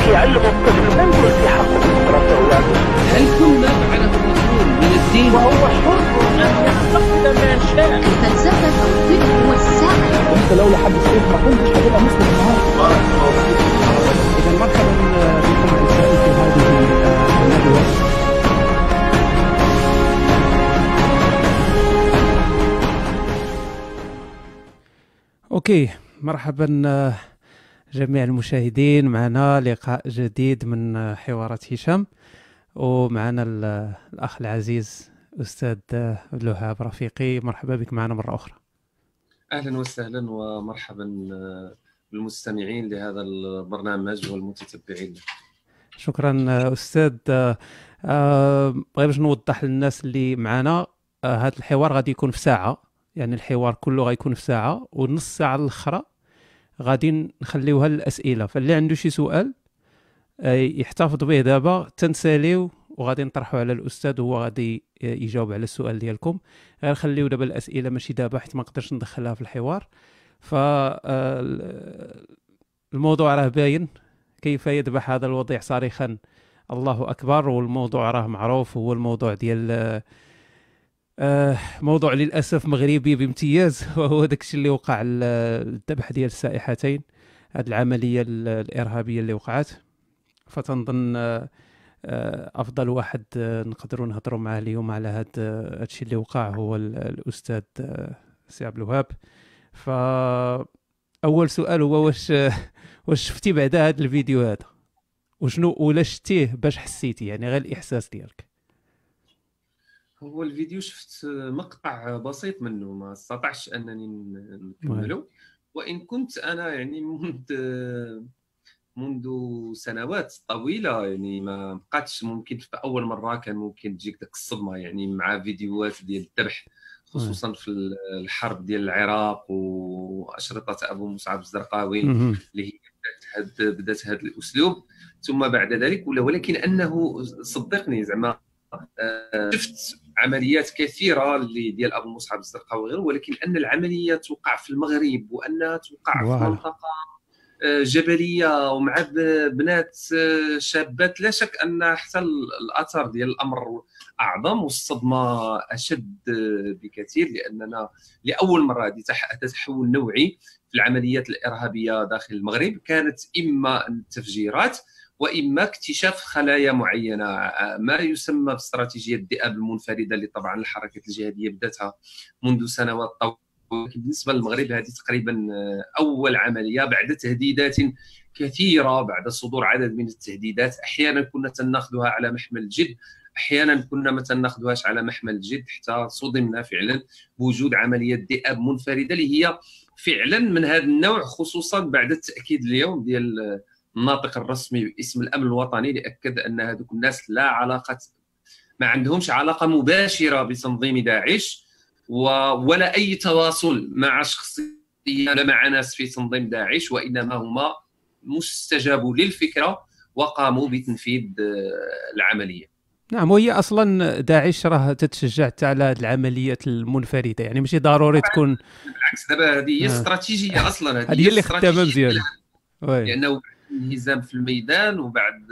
يعلم الطفل ما يقول في حق الأسرة هو هل كل ما فعله الرسول من الدين وهو حر أن يعتقد ما شاء. الفلسفة أو الفكر هو السعي. انت لو لحد السيف ما كنتش هتبقى مسلم النهارده. اذا مرحبا بكم اعزائي في هذه الندوه. اوكي، مرحبا جميع المشاهدين. معنا لقاء جديد من حوارات هشام، ومعنا الاخ العزيز استاذ عبد الوهاب رفيقي. مرحبا بك معنا مره اخرى. اهلا وسهلا ومرحبا بالمستمعين لهذا البرنامج والمتتبعين. شكرا استاذ. غير باش نوضح للناس اللي معنا، هذا الحوار غادي يكون في ساعه، يعني الحوار كله غيكون في ساعه، ونص ساعه الاخرى غادي نخليوها للاسئله. فاللي عنده شي سؤال يحتفظ به دابا تنساليو، وغادي نطرحوا على الاستاذ وهو غادي يجاوب على السؤال ديالكم. غير خليو دابا الاسئله ماشي دابا، حيت ما نقدرش ندخلها في الحوار. الموضوع راه باين كيف يذبح هذا الوضيع صارخا الله اكبر، والموضوع راه معروف، هو الموضوع ديال موضوع للاسف مغربي بامتياز، وهو داكشي اللي وقع، الذبح ديال السائحتين، هذه العمليه الارهابيه اللي وقعت. فتنظن افضل واحد نقدروا نهضروا معاه اليوم على هذا الشيء اللي وقع هو الاستاذ سي عبد الوهاب. فاول سؤال هو واش شفتي بعد هذا الفيديو هذا، وشنو ولا شتيه باش حسيتي، يعني غير الاحساس ديالك؟ هو الفيديو شفت مقطع بسيط منه، ما استطعتش انني نكمله، وان كنت انا يعني منذ سنوات طويله يعني ما بقاتش ممكن في اول مره كان ممكن تجيك داك الصدمه، يعني مع فيديوهات ديال الذبح خصوصا في الحرب ديال العراق واشرطه ابو مصعب الزرقاوي اللي هي بدات هذا الاسلوب، ثم بعد ذلك ولكن انه صدقني زعما شفت عمليات كثيره اللي ديال ابو مصعب الزرقاوي وغيره، ولكن ان العمليه توقع في المغرب وانها توقع في منطقه جبليه ومع بنات شابات، لا شك ان حتى الاثر ديال الامر اعظم والصدمه اشد بكثير، لاننا لاول مره هذه تحول نوعي في العمليات الارهابيه داخل المغرب، كانت اما التفجيرات واما اكتشاف خلايا معينه، ما يسمى باستراتيجيه الذئاب المنفرده، اللي طبعا الحركه الجهاديه بداتها منذ سنوات طويله. بالنسبه للمغرب هذه تقريبا اول عمليه بعد تهديدات كثيره، بعد صدور عدد من التهديدات. احيانا كنا تناخذها على محمل الجد، احيانا كنا ما تناخذوهاش على محمل الجد، حتى صدمنا فعلا بوجود عمليه ذئاب منفرده اللي هي فعلا من هذا النوع، خصوصا بعد التاكيد اليوم ديال الناطق الرسمي باسم الامن الوطني اللي اكد ان هذوك الناس لا علاقه، ما عندهمش علاقه مباشره بتنظيم داعش ولا اي تواصل مع شخصيه ولا مع ناس في تنظيم داعش، وانما هما مستجابوا للفكره وقاموا بتنفيذ العمليه. نعم، وهي اصلا داعش راه تتشجع حتى على هذه العمليات المنفرده، يعني ماشي ضروري تكون بالعكس. دابا هذه هي استراتيجيه اصلا، هذه هي اللي خدامه مزيان، لانه الانهزام في الميدان وبعد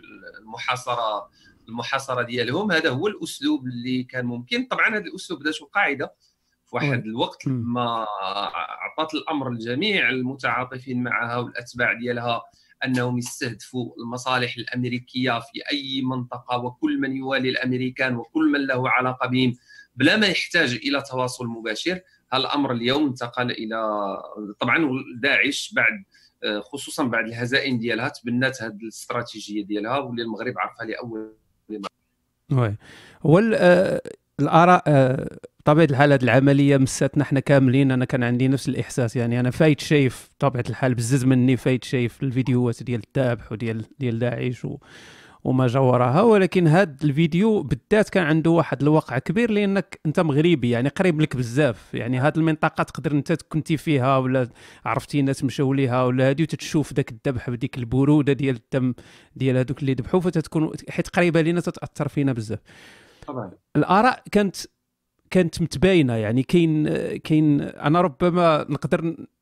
المحاصره ديالهم، هذا هو الاسلوب اللي كان ممكن. طبعا هذا الاسلوب داته قاعده في واحد الوقت لما اعطت الامر الجميع المتعاطفين معها والاتباع ديالها انهم يستهدفوا المصالح الامريكيه في اي منطقه، وكل من يوالي الامريكان وكل من له علاقه بهم بلا ما يحتاج الى تواصل مباشر. هالامر اليوم انتقل الى طبعا داعش بعد، خصوصا بعد الهزائم ديالها، تبنات هذه الاستراتيجيه ديالها واللي المغرب عرفها لاول مره. هو الاراء بطبيعه الحال هذه العمليه مستنا حنا كاملين. انا كان عندي نفس الاحساس، يعني انا فايت شايف بطبيعه الحال بزز مني، فايت شايف الفيديوهات ديال الذبح وديال داعش وما جا وراها، ولكن هذا الفيديو بالذات كان عنده واحد الوقع كبير، لانك انت مغربي يعني قريب لك بزاف، يعني هذه المنطقه تقدر انت كنتي فيها ولا عرفتي ناس مشاو ليها ولا هذه، وتتشوف ذاك الذبح بديك البروده ديال الدم ديال هذوك اللي ذبحوا، فتتكون حيت قريبه لينا تتاثر فينا بزاف. طبعا الاراء كانت متباينه، يعني كاين انا ربما نقدر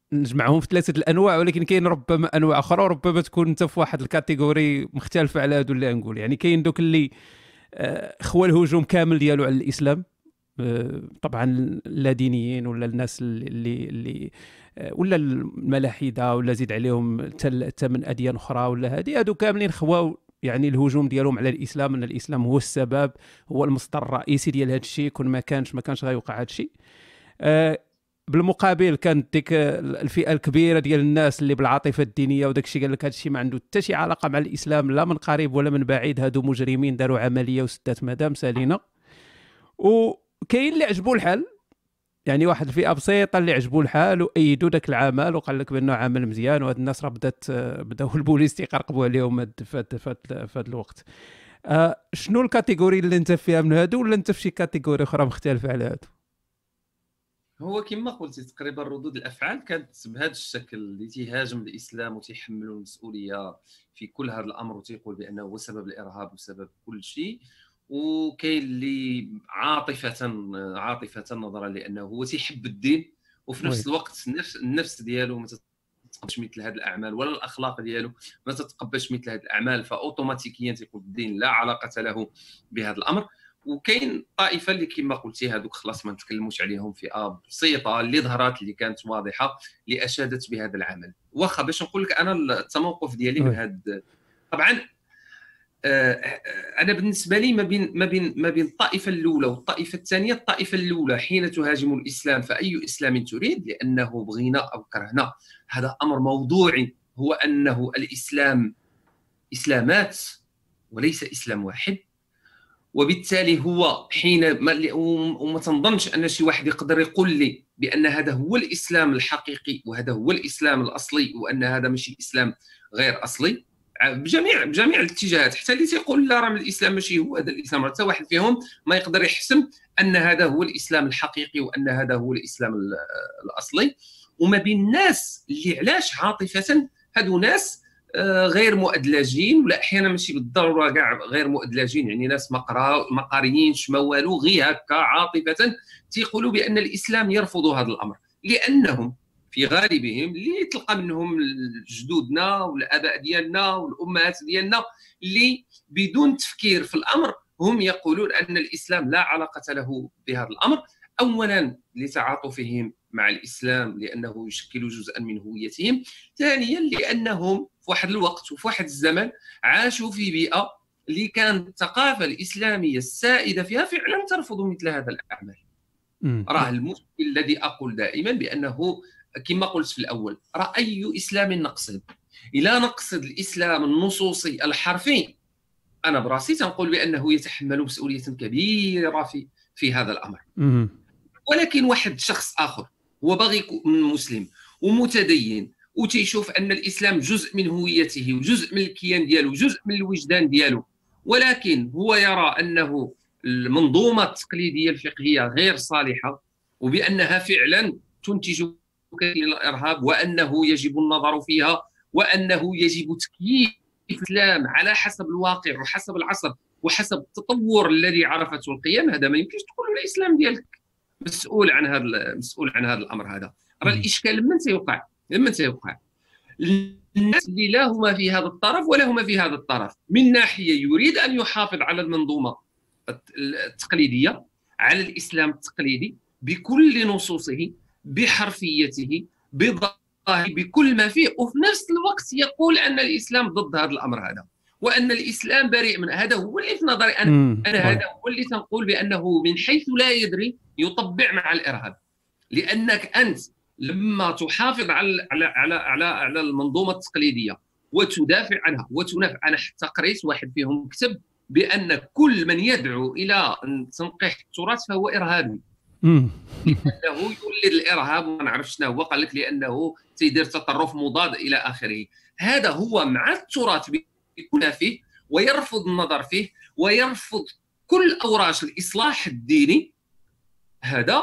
نجمعهم في 3 الانواع، ولكن كاين ربما انواع اخرى، وربما تكون انت في واحد الكاتيجوري مختلفه على هادو اللي نقول. يعني كاين دوك اللي خوا الهجوم كامل ديالو على الاسلام، طبعا لا دينيين ولا الناس اللي ولا الملاحده ولا زيد عليهم حتى من اديان اخرى ولا هادو كاملين خواو يعني الهجوم ديالهم على الاسلام، ان الاسلام هو السبب، هو المصدر الرئيسي ديال هذا الشيء، كون ما كانش غيوقع هذا الشيء. بالمقابل كانت ديك الفئه الكبيره ديال الناس اللي بالعاطفه الدينيه وداك الشيء قال لك هذا الشيء ما عنده حتى شي علاقه مع الاسلام لا من قريب ولا من بعيد، هادو مجرمين داروا عمليه وسدات مدام سالينا. وكاين اللي عجبوا الحال، يعني واحد الفئه بسيطه اللي عجبوا الحال وايدوا داك العمل وقال لك بانه عمل مزيان، وهاد الناس راه بداو البوليس تيقرقبوا عليهم في هذا الوقت. شنو الكاتيجوري اللي انت فيها من هادو، ولا انت في شي كاتيجوري اخرى مختلفه على هادو؟ هو كما قلتي تقريبا ردود الافعال كانت بهذا الشكل، اللي تيهاجم الاسلام وتيحملوا المسؤوليه في كل هذا الامر وتيقول بانه هو سبب الارهاب وسبب كل شيء. وكاين اللي عاطفه نظرا لانه هو تيحب الدين، وفي نفس الوقت النفس ديالو ما تتقبلش مثل هذه الاعمال، ولا الاخلاق ديالو ما تتقبلش مثل هذه الاعمال، فاوتوماتيكيا تيقول الدين لا علاقه له بهذا الامر. وكاين طائفه اللي كما قلتي هذوك خلاص ما نتكلموش عليهم، فئه بسيطه اللي ظهرت اللي كانت واضحه اللي اشادت بهذا العمل. واخا باش نقول لك انا التموقف ديالي من هذا، طبعا انا بالنسبه لي ما بين الطائفه الاولى والطائفه الثانيه. الطائفه الاولى حين تهاجم الاسلام فاي اسلام تريد، لانه بغينا او كرهنا هذا امر موضوعي، هو انه الاسلام اسلامات وليس اسلام واحد. وبالتالي هو حين وما تنظنش ان شي واحد يقدر يقول لي بان هذا هو الاسلام الحقيقي وهذا هو الاسلام الاصلي، وان هذا ماشي اسلام غير اصلي بجميع الاتجاهات. حتى اللي تيقول لا راه الاسلام ماشي هو هذا الاسلام، حتى واحد فيهم ما يقدر يحسم ان هذا هو الاسلام الحقيقي وان هذا هو الاسلام الاصلي. وما بين الناس اللي علاش عاطفه، هادو ناس غير مؤدلجين، ولا احيانا ماشي بالضروره كاع غير مؤدلجين، يعني ناس ما قاريينش ما والو، غير هكا عاطفه تيقولوا بان الاسلام يرفض هذا الامر، لانهم في غالبهم اللي تلقى منهم جدودنا والاباء ديالنا والامهات ديالنا اللي بدون تفكير في الامر هم يقولون ان الاسلام لا علاقه له بهذا الامر. اولا لتعاطفهم مع الاسلام لانه يشكل جزءا من هويتهم، ثانيا لانهم في واحد الوقت وفي واحد الزمن عاشوا في بيئه اللي كانت الثقافه الاسلاميه السائده فيها فعلا ترفض مثل هذا الاعمال. راه المشكل الذي اقول دائما بانه كما قلت في الاول، راه اي اسلام نقصد، الى نقصد الاسلام النصوصي الحرفي انا براسي تنقول بانه يتحمل مسؤوليه كبيره في هذا الامر. ولكن واحد شخص اخر هو باغي يكون مسلم ومتدين وتيشوف ان الاسلام جزء من هويته وجزء من الكيان ديالو وجزء من الوجدان ديالو، ولكن هو يرى انه المنظومه التقليديه الفقهيه غير صالحه وبانها فعلا تنتج كثير من الارهاب، وانه يجب النظر فيها، وانه يجب تكييف الاسلام على حسب الواقع وحسب العصر وحسب التطور الذي عرفته القيم. هذا ما يمكنش تقول الاسلام ديالك مسؤول عن هذا الامر. هذا راه الاشكال لمن سيوقع الناس اللي لا هما في هذا الطرف ولا هما في هذا الطرف. من ناحيه يريد ان يحافظ على المنظومه التقليديه، على الاسلام التقليدي بكل نصوصه بحرفيته بظاهره بكل ما فيه، وفي نفس الوقت يقول ان الاسلام ضد هذا الامر هذا وان الاسلام بريء من هذا. هو اللي في نظري انا هذا هو اللي تنقول بانه من حيث لا يدري يطبع مع الارهاب، لانك انت لما تحافظ على المنظومه التقليديه وتدافع عنها وتنافع. انا حتى قريت واحد فيهم كتب بان كل من يدعو الى تنقيح التراث فهو ارهابي، لانه يولد الارهاب وما نعرف شنو هو. قال لك لانه تيدير تطرف مضاد الى اخره. هذا هو مع التراث بكل فيه ويرفض النظر فيه ويرفض كل اوراش الاصلاح الديني. هذا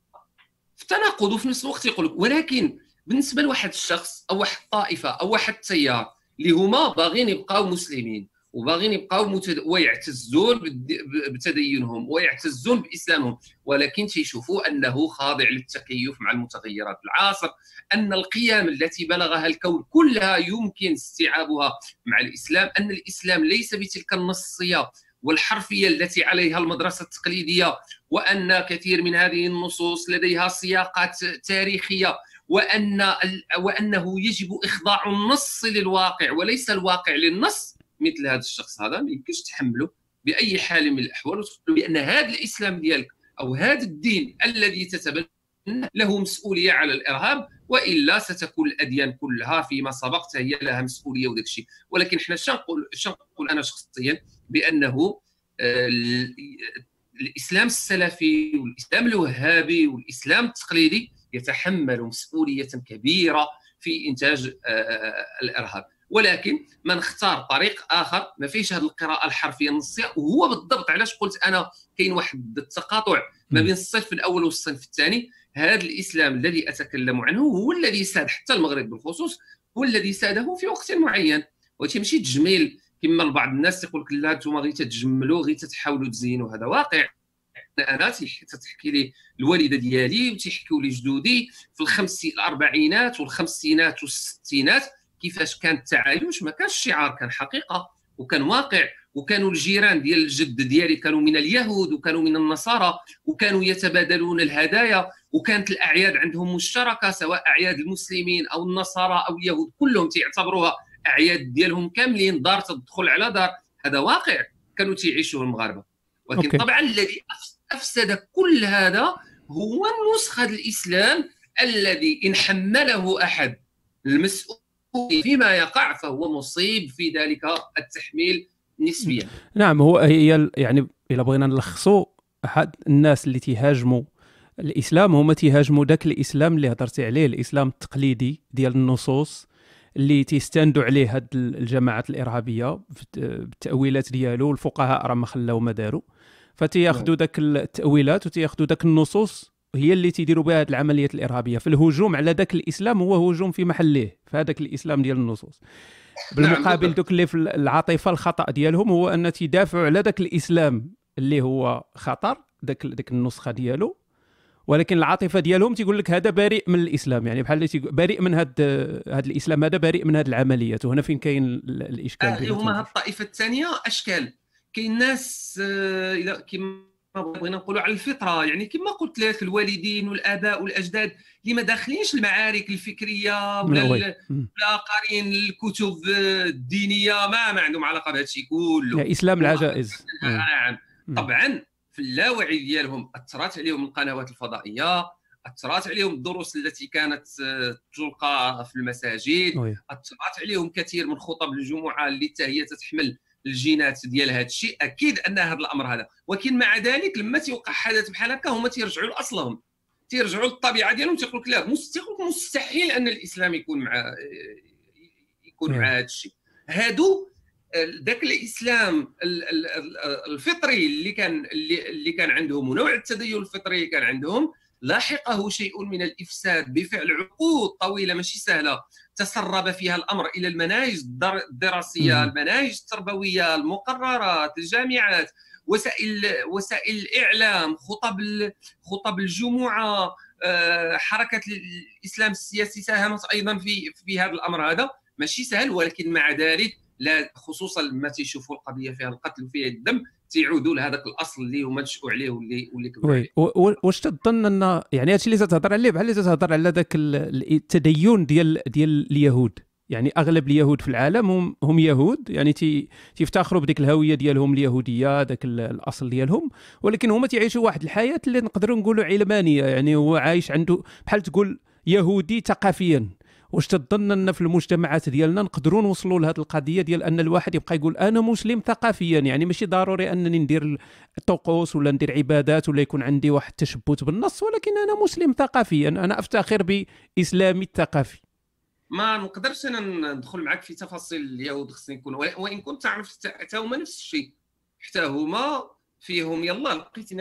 في تناقض، وفي نفس الوقت يقول لك. ولكن بالنسبه لواحد الشخص او واحد الطائفه او واحد التيار اللي هما باغيين يبقاو مسلمين وباغيين يبقاو ويعتزون بتدينهم ويعتزون باسلامهم، ولكن تيشوفوا انه خاضع للتكيف مع المتغيرات العصر، ان القيم التي بلغها الكون كلها يمكن استيعابها مع الاسلام، ان الاسلام ليس بتلك النصيه والحرفيه التي عليها المدرسه التقليديه، وان كثير من هذه النصوص لديها سياقات تاريخيه، وانه يجب اخضاع النص للواقع وليس الواقع للنص. مثل هذا الشخص هذا ما يمكنش تحمله باي حال من الاحوال وتقول بان هذا الاسلام ديالك او هذا الدين الذي تتبنى له مسؤوليه على الارهاب، والا ستكون الاديان كلها فيما سبقت هي لها مسؤوليه وداك الشيء. ولكن حنا شنقول انا شخصيا بانه الاسلام السلفي والاسلام الوهابي والاسلام التقليدي يتحمل مسؤوليه كبيره في انتاج الارهاب، ولكن من اختار طريق اخر ما فيش هذه القراءه الحرفيه النصيه. وهو بالضبط علاش قلت انا كاين واحد التقاطع ما بين الصنف الاول والصنف الثاني. هذا الاسلام الذي اتكلم عنه هو الذي ساد حتى المغرب بالخصوص، هو الذي ساده في وقت معين، وتمشي تجميل كما بعض الناس يقول لك لا انتم غير تتجملوا غير تتحاولوا تزينوا. هذا واقع. انا تحكي لي الوالده ديالي وتحكيوا لي جدودي في الاربعينات والخمسينات والستينات كيفاش كان التعايش، ما كانش شعار، كان حقيقه وكان واقع. وكانوا الجيران ديال الجد ديالي كانوا من اليهود وكانوا من النصارى وكانوا يتبادلون الهدايا، وكانت الاعياد عندهم مشتركه سواء اعياد المسلمين او النصارى او اليهود كلهم تعتبروها اعياد ديالهم كاملين، دار تدخل على دار. هذا واقع كانوا تعيشوه المغاربه. ولكن طبعا الذي افسد كل هذا هو النسخ الاسلام الذي ان حمله احد المسؤول فيما يقع فهو مصيب في ذلك التحميل نسبيا. نعم، هي يعني الا بغينا نلخصوا، احد الناس اللي تيهاجموا الاسلام هما تيهاجموا ذاك الاسلام اللي هضرتي عليه، الاسلام التقليدي ديال النصوص اللي تيستندوا عليه هاد الجماعات الارهابيه بالتاويلات ديالو. الفقهاء راه ما خلاو ما داروا، فتياخذوا ذاك التاويلات وتياخذوا ذاك النصوص هي اللي تيديروا بها هذه العمليات الارهابيه. فالهجوم على ذاك الاسلام هو هجوم في محله، فهذاك الاسلام ديال النصوص. بالمقابل دوك اللي في العاطفه الخطا ديالهم هو ان تيدافعوا على ذاك الاسلام اللي هو خطر، ذاك النسخه ديالو، ولكن العاطفه ديالهم تيقول لك هذا بريء من الاسلام، يعني بحال بريء من هذا الاسلام، هذا بريء من هذه العمليات. وهنا فين كاين الاشكال. هما هاد الطائفه الثانيه اشكال. كاين ناس اذا كما بغينا نقولوا على الفطره، يعني كما قلت لك الوالدين والاباء والاجداد اللي ما داخلينش المعارك الفكريه ولا قارين الكتب الدينيه، ما عندهم علاقه بهذا الشيء كله. اسلام العجائز. نعم طبعا في اللاوعي ديالهم اثرت عليهم القنوات الفضائيه، اثرت عليهم الدروس التي كانت تلقى في المساجد، اثرت عليهم كثير من خطب الجمعه اللي حتى هي تتحمل الجينات ديال هذا الشيء. اكيد ان هذا الامر هذا، ولكن مع ذلك لما تيوقع حدث بحال هكا هما تيرجعوا لاصلهم، تيرجعوا للطبيعه ديالهم، تيقول لك لا مستحيل ان الاسلام يكون مع هذا الشيء. هادو ذاك الاسلام الفطري اللي كان عندهم ونوع التدين الفطري اللي كان عندهم، لاحقه شيء من الافساد بفعل عقود طويله ماشي سهله تسرب فيها الامر الى المناهج الدراسيه، المناهج التربويه، المقررات، الجامعات، وسائل الاعلام، خطب الجمعه. حركه الاسلام السياسي ساهمت ايضا في هذا الامر هذا، ماشي سهل. ولكن مع ذلك لا، خصوصا لما تيشوفوا القضيه فيها القتل وفيها الدم، تيعودوا لهذاك الاصل اللي هما نشأوا عليه واللي كبروا عليه. واش تظن ان يعني هادشي اللي تتهضر عليه بحال اللي تتهضر على ذاك التدين ديال اليهود؟ يعني اغلب اليهود في العالم هم يهود، يعني تيفتخروا بديك الهويه ديالهم اليهوديه، ذاك الاصل ديالهم، ولكن هما تيعيشوا واحد الحياه اللي نقدروا نقولوا علمانيه، يعني هو عايش عنده بحال تقول يهودي ثقافيا. واش تظن ان في المجتمعات ديالنا نقدروا نوصلوا لهذه القضيه ديال ان الواحد يبقى يقول انا مسلم ثقافيا؟ يعني ماشي ضروري انني ندير طقوس ولا ندير عبادات ولا يكون عندي واحد التشبث بالنص، ولكن انا مسلم ثقافيا، انا افتخر باسلامي الثقافي. ما نقدرش انا ندخل معك في تفاصيل اليهود، خصني نكون، وان كنت تعرف حتى هما نفس الشيء، حتى هما فيهم. يلا لقيتني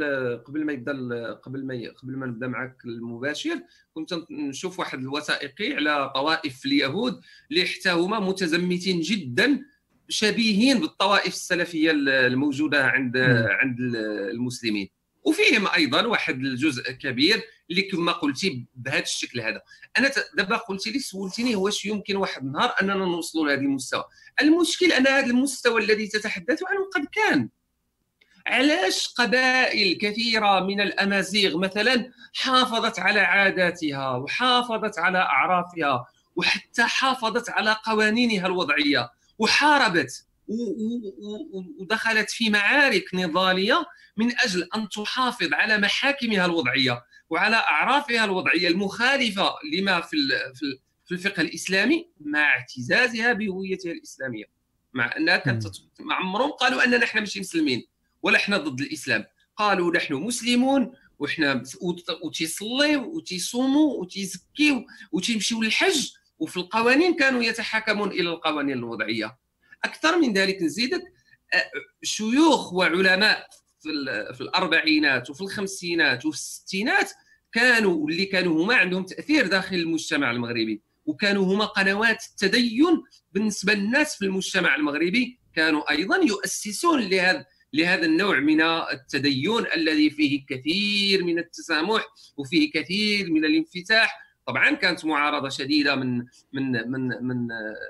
قبل ما نبدا معك المباشر، كنت نشوف واحد الوثائقي على طوائف اليهود اللي حتى هما متزمتين جدا شبيهين بالطوائف السلفيه الموجوده عند المسلمين، وفيهم ايضا واحد الجزء كبير اللي كما قلتي بهذا الشكل هذا. انا دابا قلتي لي سولتيني واش يمكن واحد النهار اننا نوصلوا لهذا المستوى. المشكل ان هذا المستوى الذي تتحدث عنه قد كان. علاش قبائل كثيره من الامازيغ مثلا حافظت على عاداتها وحافظت على اعرافها وحتى حافظت على قوانينها الوضعيه وحاربت ودخلت في معارك نضاليه من اجل ان تحافظ على محاكمها الوضعيه وعلى اعرافها الوضعيه المخالفه لما في الفقه الاسلامي، مع اعتزازها بهويتها الاسلاميه، مع انها كانت مع عمرهم قالوا اننا نحن ماشي مسلمين ولا احنا ضد الاسلام، قالوا نحن مسلمون وحنا وتيصليو وتيصوموا وتيزكيو وتيمشيو للحج، وفي القوانين كانوا يتحاكمون الى القوانين الوضعيه. اكثر من ذلك نزيدك، شيوخ وعلماء في الاربعينات وفي الخمسينات وفي الستينات كانوا هما عندهم تاثير داخل المجتمع المغربي، وكانوا هما قنوات التدين بالنسبه للناس في المجتمع المغربي، كانوا ايضا يؤسسون لهذا النوع من التدين الذي فيه كثير من التسامح وفيه كثير من الانفتاح. طبعا كانت معارضه شديده من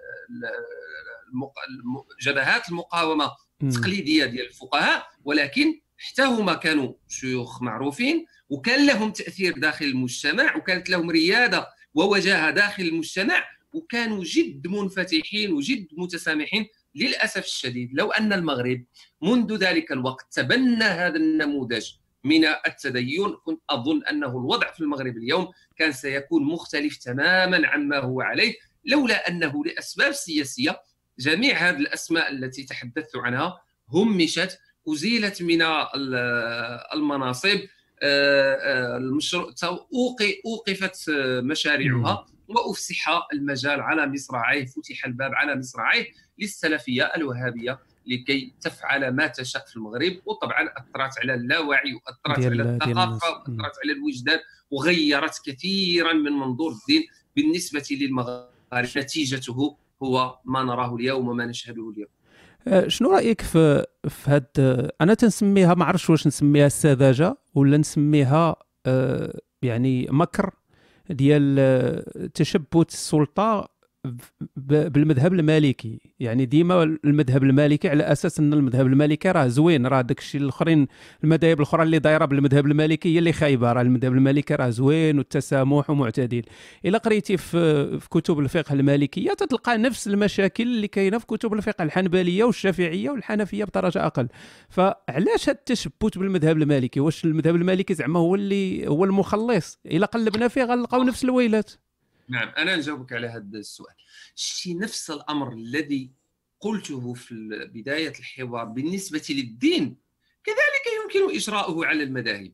جبهات المقاومه التقليديه ديال الفقهاء، ولكن حتى هما كانوا شيوخ معروفين وكان لهم تاثير داخل المجتمع وكانت لهم رياده ووجاهه داخل المجتمع، وكانوا جد منفتحين وجد متسامحين. للاسف الشديد لو ان المغرب منذ ذلك الوقت تبنى هذا النموذج من التدين، كنت اظن انه الوضع في المغرب اليوم كان سيكون مختلف تماما عما هو عليه، لولا انه لاسباب سياسيه جميع هذه الاسماء التي تحدثت عنها همشت، ازيلت من المناصب، اوقفت مشاريعها وافسح المجال على مصراعيه، فتح الباب على مصراعيه للسلفيه الوهابيه لكي تفعل ما تشاء في المغرب. وطبعا اثرت على اللاوعي واثرت على الثقافه واثرت على الوجدان وغيرت كثيرا من منظور الدين بالنسبه للمغاربه. نتيجته هو ما نراه اليوم وما نشهده اليوم. شنو رايك في هاد، انا تنسميها ما عرفتش واش نسميها السذاجه ولا نسميها يعني مكر ديال تشبت السلطه بالمذهب المالكي؟ يعني ديما المذهب المالكي على اساس ان المذهب المالكي راه زوين، راه داكشي الاخرين المذاهب الاخرى اللي دايره بالمذهب المالكي هي اللي خايبه، راه المذهب المالكي راه زوين والتسامح ومعتدل. الا قريتي في كتب الفقه المالكيه تتلقى نفس المشاكل اللي كاينه في كتب الفقه الحنبليه والشافعيه والحنفيه بدرجه اقل. فعلاش هذا التشبت بالمذهب المالكي؟ واش المذهب المالكي زعما هو المخلص؟ الا قلبنا فيه غنلقاو نفس الويلات. نعم، أنا نجاوبك على هذا السؤال. شتي نفس الأمر الذي قلته في بداية الحوار بالنسبة للدين كذلك يمكن إجراؤه على المذاهب،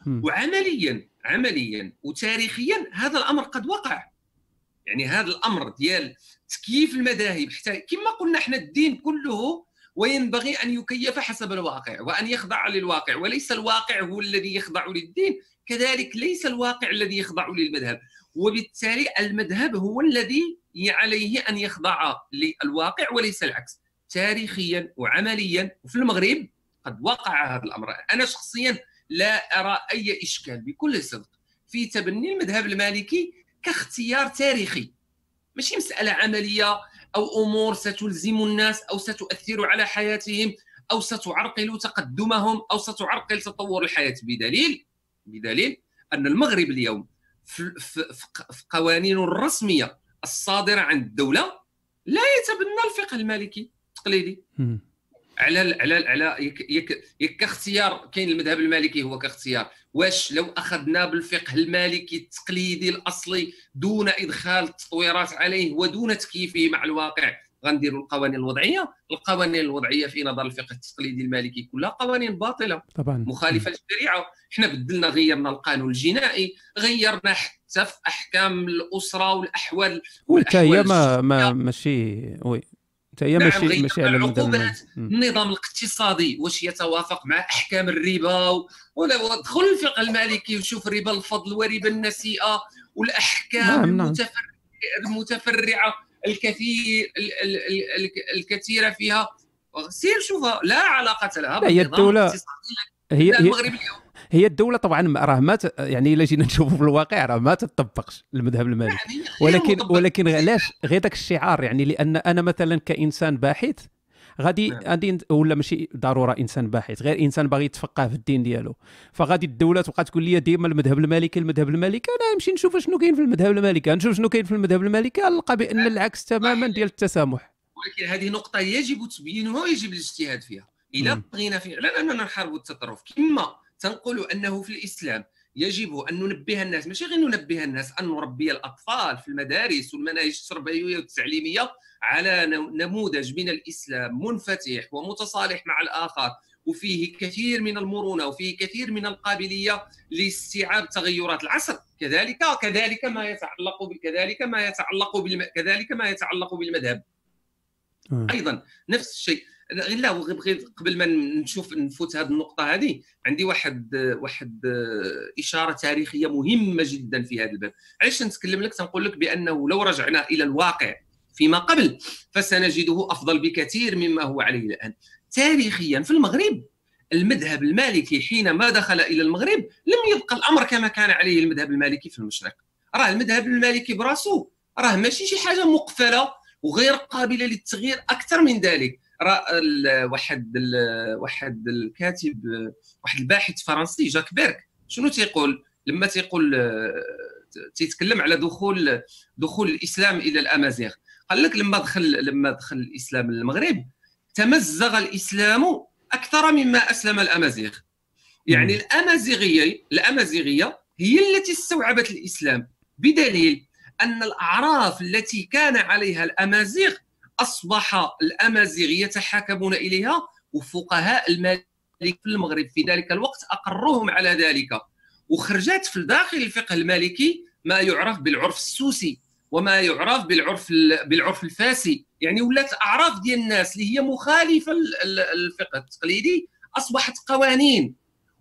وعمليا وتاريخيا هذا الأمر قد وقع. يعني هذا الأمر ديال تكييف المذاهب، حتى كما قلنا احنا الدين كله وينبغي أن يكيف حسب الواقع وأن يخضع للواقع، وليس الواقع هو الذي يخضع للدين، كذلك ليس الواقع الذي يخضع للمذهب، وبالتالي المذهب هو الذي عليه أن يخضع للواقع وليس العكس. تاريخيا وعمليا وفي المغرب قد وقع هذا الأمر. أنا شخصيا لا أرى أي إشكال بكل صدق في تبني المذهب المالكي كاختيار تاريخي، ماشي مسألة عملية أو أمور ستلزم الناس أو ستؤثر على حياتهم أو ستعرقل تقدمهم أو ستعرقل تطور الحياة، بدليل أن المغرب اليوم في قوانين الرسمية الصادرة عن الدولة لا يتبنى الفقه المالكي التقليدي. على كاختيار كاين المذهب المالكي هو كاختيار. واش لو أخذنا بالفقه المالكي التقليدي الأصلي دون إدخال التطويرات عليه ودون تكييفه مع الواقع غنديروا القوانين الوضعيه؟ القوانين الوضعيه في نظر الفقه التقليدي المالكي كلها قوانين باطله طبعا مخالفه للشريعه. احنا بدلنا غيرنا القانون الجنائي، غيرنا حتى في احكام الاسره والاحوال هي ماشي وي هي ماشي على العقوبات. النظام الاقتصادي واش يتوافق مع احكام الربا؟ ولا دخل الفقه المالكي وشوف ربا الفضل وربا النسيئه والاحكام المتفرعه الكثيره فيها. سير شوفها، لا علاقه لها هي الدوله هي المغرب اليوم. هي الدوله طبعا راه ما يعني الا جينا نشوفوا في الواقع راه ما تطبقش المذهب المالكي، ولكن علاش غير داك الشعار؟ يعني لان انا مثلا كانسان باحث غادي ولا ماشي ضروره انسان باحث، غير انسان باغي يتفقه في الدين ديالو، فغادي الدوله تبقى تقول لي ديما المذهب المالكي انا نمشي نشوف شنو كاين في المذهب المالكي، نشوف شنو كاين في المذهب المالكي، نلقى بان العكس تماما ديال التسامح. ولكن هذه نقطه يجب تبيينها ويجب الاجتهاد فيها. الا بغينا فعلا اننا نحاربوا التطرف كما تنقول انه في الاسلام يجب ان ننبه الناس، ماشي غير ننبه الناس، ان نربي الاطفال في المدارس والمناهج التربويه والتعليميه على نموذج من الاسلام منفتح ومتصالح مع الاخر، وفيه كثير من المرونه وفيه كثير من القابليه لاستيعاب تغيرات العصر. كذلك ما يتعلق بالمذهب ايضا نفس الشيء. لا بغيت قبل ما نفوت هذه النقطه هذه، عندي واحد اشاره تاريخيه مهمه جدا في هذا الباب. علاش نتكلم لك؟ تنقول لك بانه لو رجعنا الى الواقع فيما قبل فسنجده افضل بكثير مما هو عليه الان. تاريخيا في المغرب المذهب المالكي حينما دخل الى المغرب لم يبقى الامر كما كان عليه المذهب المالكي في المشرق. راه المذهب المالكي براسو راه ماشي شي حاجه مقفله وغير قابله للتغيير. اكثر من ذلك، واحد الكاتب، واحد الباحث فرنسي جاك بيرك، شنو تيقول لما تيتكلم على دخول الاسلام الى الامازيغ؟ قال لك لما دخل الاسلام للمغرب تمزغ الاسلام اكثر مما اسلم الامازيغ. يعني الامازيغيه هي التي استوعبت الاسلام، بدليل ان الاعراف التي كان عليها الامازيغ اصبح الامازيغ يتحاكمون اليها، وفقهاء المالك في المغرب في ذلك الوقت اقرهم على ذلك. وخرجت في داخل الفقه المالكي ما يعرف بالعرف السوسي وما يعرف بالعرف الفاسي. يعني ولات اعراف ديال الناس اللي هي مخالفه للفقه التقليدي اصبحت قوانين،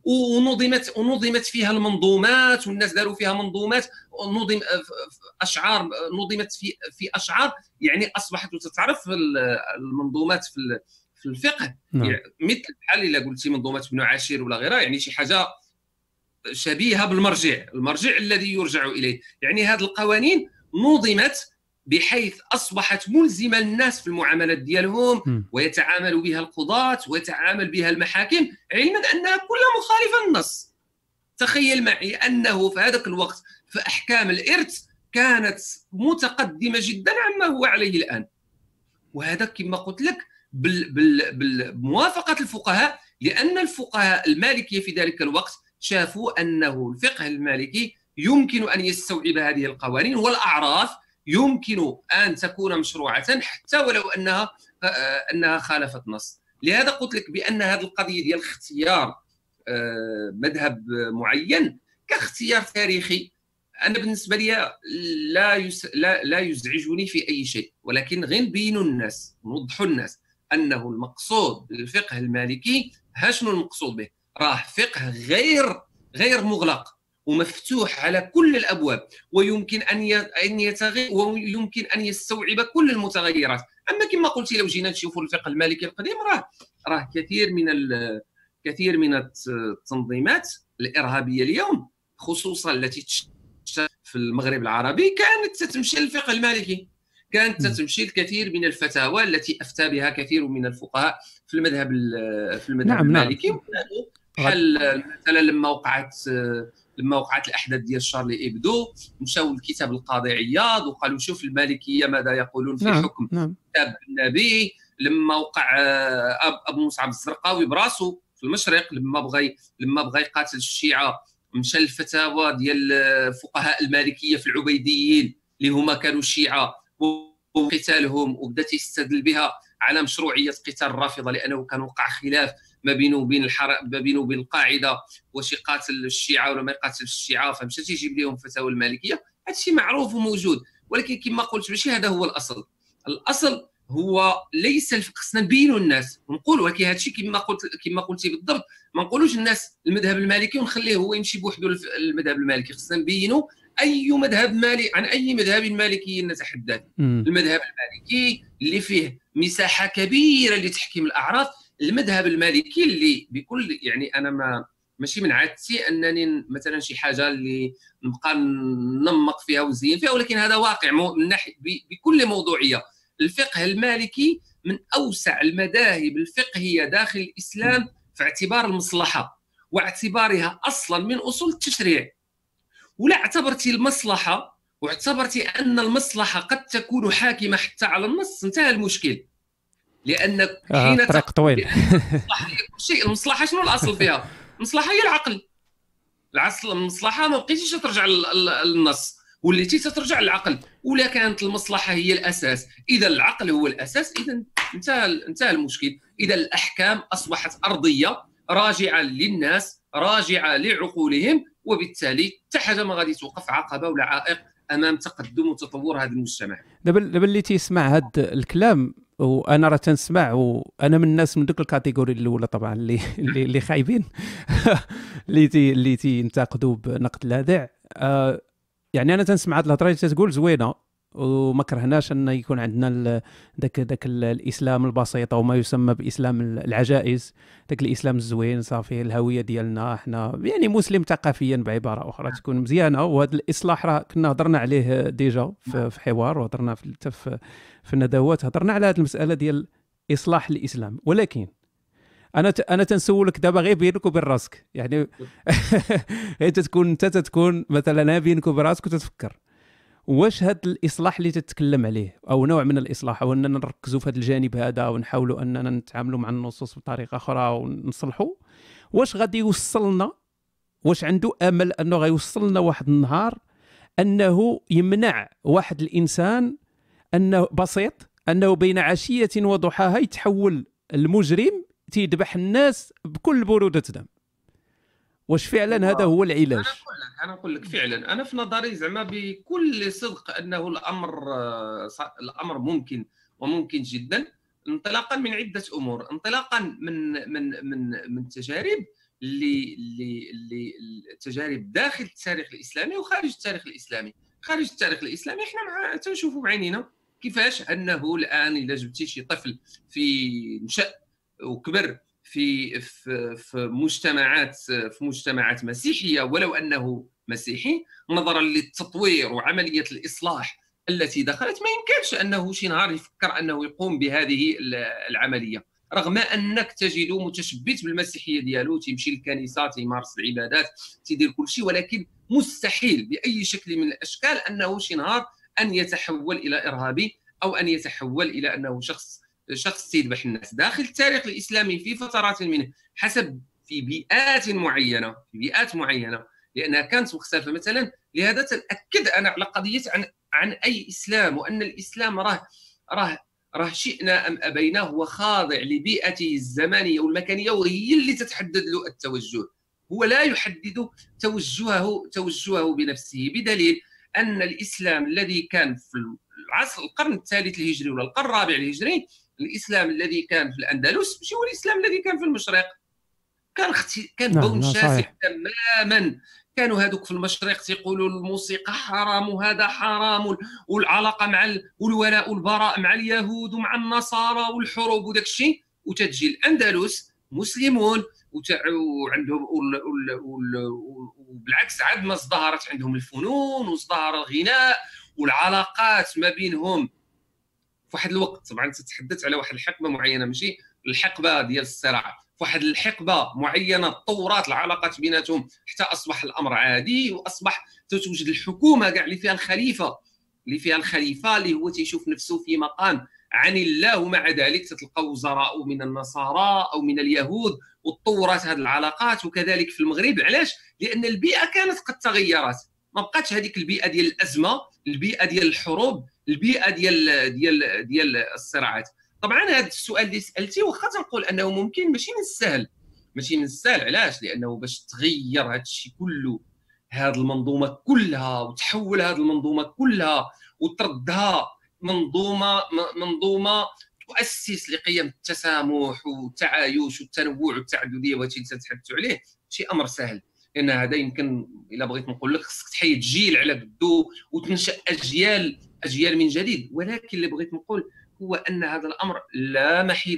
ونظمت فيها المنظومات، والناس داروا فيها منظومات، نظم اشعار، نظمت في اشعار. يعني اصبحت تتعرف المنظومات في الفقه يعني مثل بحال الا قلتي منظومات ابن عاشر ولا غيرها، يعني شي حاجه شبيهه المرجع الذي يرجع اليه. يعني هذه القوانين نظمت بحيث اصبحت ملزمه للناس في المعاملات ديالهم، ويتعامل بها القضاة ويتعامل بها المحاكم، علما انها كلها مخالفه للنص. تخيل معي انه في هذاك الوقت في احكام الارث كانت متقدمه جدا عما هو عليه الان. وهذا كما قلت لك بموافقه الفقهاء، لان الفقهاء المالكيه في ذلك الوقت شافوا انه الفقه المالكي يمكن ان يستوعب هذه القوانين والاعراف، يمكن ان تكون مشروعه حتى ولو انها خالفت نص. لهذا قلت لك بان هذه القضيه ديال اختيار مذهب معين كاختيار تاريخي، انا بالنسبه لي لا يزعجني في اي شيء، ولكن غير نبينوا الناس، نوضحوا الناس انه المقصود بالفقه المالكي شنو المقصود به. راه فقه غير مغلق ومفتوح على كل الابواب، ويمكن ان يتغير ويمكن ان يستوعب كل المتغيرات. اما كما قلتي لو جينا نشوفوا الفقه المالكي القديم راه كثير من التنظيمات الارهابيه اليوم خصوصا التي في المغرب العربي كانت تتمشي للفقه المالكي، كانت تتمشي الكثير من الفتاوى التي افتى بها كثير من الفقهاء في المذهب المالكي. بحال مثلا لما وقعت الاحداث ديال شارلي إبدو، مشاو لكتاب القاضي عياض وقالوا شوف المالكيه ماذا يقولون في حكم كتاب النبي. لما وقع ابو مصعب الزرقاوي براسو في المشرق، لما بغى يقاتل الشيعه مشى الفتاوى ديال فقهاء المالكيه في العبيديين اللي هما كانوا الشيعه وقتالهم، وبدا يستدل بها على مشروعيه قتال الرافضه، لانه كان وقع خلاف ما بينه وبين القاعده، واش يقاتل الشيعه ولا ما يقاتلش الشيعه، فمشى تيجيب لهم فتاوى المالكيه. هذا الشيء معروف وموجود، ولكن كما قلت ماشي هذا هو الاصل. الاصل هو ليس خصنا نبينوا الناس ونقولوا، ولكن هذا الشيء كما قلتي بالضبط، ما نقولوش الناس المذهب المالكي ونخليه هو يمشي بوحده المذهب المالكي. خصنا نبينوا اي مذهب مالي، عن اي مذهب مالكي نتحدث. المذهب المالكي اللي فيه مساحه كبيره لتحكيم الاعراف، المذهب المالكي اللي بكل يعني انا ماشي من عادتي انني مثلا شي حاجه اللي نبقى ننمق فيها ونزين فيها، ولكن هذا واقع من ناحيه بكل موضوعيه. الفقه المالكي من اوسع المذاهب الفقهيه داخل الاسلام في اعتبار المصلحه واعتبارها اصلا من اصول التشريع. ولا اعتبرتي المصلحه واعتبرتي ان المصلحه قد تكون حاكمه حتى على النص، انتهى المشكل. لان حين طريق طويل. شيء المصلحه شنو الاصل فيها؟ المصلحه هي العقل. المصلحه ما بقيتيش ترجع للنص، وليتي ترجع للعقل. ولا كانت المصلحه هي الاساس، اذا العقل هو الاساس، اذا انتهى المشكل. اذا الاحكام اصبحت ارضيه راجعه للناس، راجعه لعقولهم، وبالتالي حتى حاجه ما غادي توقف عقبه ولا عائق امام تقدم وتطور هذا المجتمع. دابا اللي تيسمع هذا الكلام، وانا راه تنسمع، وانا من الناس من دوك الكاتيجوري الاولى طبعا اللي خايبين اللي تينتقدوا بنقد لاذع. يعني انا تنسمع هذه الهضره اللي تقول زوينه، وما كرهناش ان يكون عندنا داك الاسلام البسيط او ما يسمى باسلام العجائز، داك الاسلام الزوين صافي الهويه ديالنا احنا يعني مسلم ثقافيا بعباره اخرى تكون مزيانه. وهذا الاصلاح راه كنا هضرنا عليه ديجا في حوار، وهضرنا في الندوات، هضرنا على هذه المساله ديال اصلاح الاسلام. ولكن انا تنسولك دابا غير بينك وبين راسك، يعني انت تكون مثلا بينك وبين راسك وتتفكر واش هذا الاصلاح اللي تتكلم عليه او نوع من الاصلاح، او اننا نركزوا في هذا الجانب هذا ونحاولوا اننا نتعاملوا مع النصوص بطريقه اخرى ونصلحوا، واش غادي يوصلنا، واش عنده امل انه غيوصلنا واحد النهار انه يمنع واحد الانسان انه بسيط انه بين عشيه وضحاها يتحول المجرم تيذبح الناس بكل بروده دم؟ واش فعلا هذا هو العلاج؟ انا نقول لك فعلا، انا في نظري زعما بكل صدق انه الامر ممكن وممكن جدا، انطلاقا من عده امور. انطلاقا من تجارب اللي تجارب داخل التاريخ الاسلامي وخارج التاريخ الاسلامي. خارج التاريخ الاسلامي احنا تنشوفوا بعينينا كيفاش انه الان الا جبتي شي طفل في نشأ وكبر في مجتمعات مسيحيه، ولو انه مسيحي، نظرا للتطوير وعمليه الاصلاح التي دخلت، ما يمكنش انه شي نهار يفكر انه يقوم بهذه العمليه، رغم انك تجد متشبث بالمسيحيه ديالو، تيمشي للكنيسه، تيمارس العبادات، تيدير كل شيء، ولكن مستحيل باي شكل من الاشكال انه شي نهار ان يتحول الى ارهابي او ان يتحول الى انه شخص تيذبح الناس. داخل التاريخ الاسلامي في فترات منه، حسب في بيئات معينه لانها كانت مختلفه. مثلا لهذا تاكد انا على قضيه عن اي اسلام، وان الاسلام راه شئنا ام ابينا هو خاضع لبيئته الزمانيه والمكانيه، وهي اللي تتحدد له التوجه. هو لا يحدد توجهه بنفسه، بدليل ان الاسلام الذي كان في القرن الثالث الهجري ولا القرن الرابع الهجري، الاسلام الذي كان في الاندلس ماشي هو الاسلام الذي كان في المشرق. كان بون شاسع تماما. كانوا هذوك في المشرق تيقولوا الموسيقى حرام وهذا حرام، والعلاقه مع والولاء والبراء مع اليهود ومع النصارى والحروب وداك الشيء. وتجي الاندلس مسلمون وعندهم وبالعكس عاد ما ازدهرت عندهم الفنون وازدهر الغناء والعلاقات ما بينهم في واحد الوقت. طبعا تتحدث على واحد الحقبه معينه، ماشي الحقبه ديال الصراع، في واحد الحقبه معينه تطورات العلاقات بيناتهم حتى اصبح الامر عادي، واصبح توجد الحكومه كاع اللي فيها الخليفه اللي هو تيشوف نفسه في مقام عن الله، ومع ذلك تتلقى وزراء من النصارى او من اليهود، وتطورات هذه العلاقات. وكذلك في المغرب. علاش؟ لان البيئه كانت قد تغيرت، ما بقاتش هذيك البيئه ديال الازمه، البيئه ديال الحروب، البيئه ديال الصراعات. طبعا هذا السؤال اللي سالتي واخا تنقول انه ممكن، ماشي من السهل. علاش؟ لانه باش تغير هذا الشيء كله، هذه المنظومه كلها، وتحول هذه المنظومه كلها وتردها منظومه تؤسس لقيم التسامح والتعايش والتنوع والتعدديه، وهذا اللي تتحدث عليه شيء امر سهل. لان هذا يمكن الا بغيت نقول لك خصك تحيد جيل على قدو وتنشا اجيال من جديد. ولكن اللي بغيت نقول هو ان هذا الامر لا محيد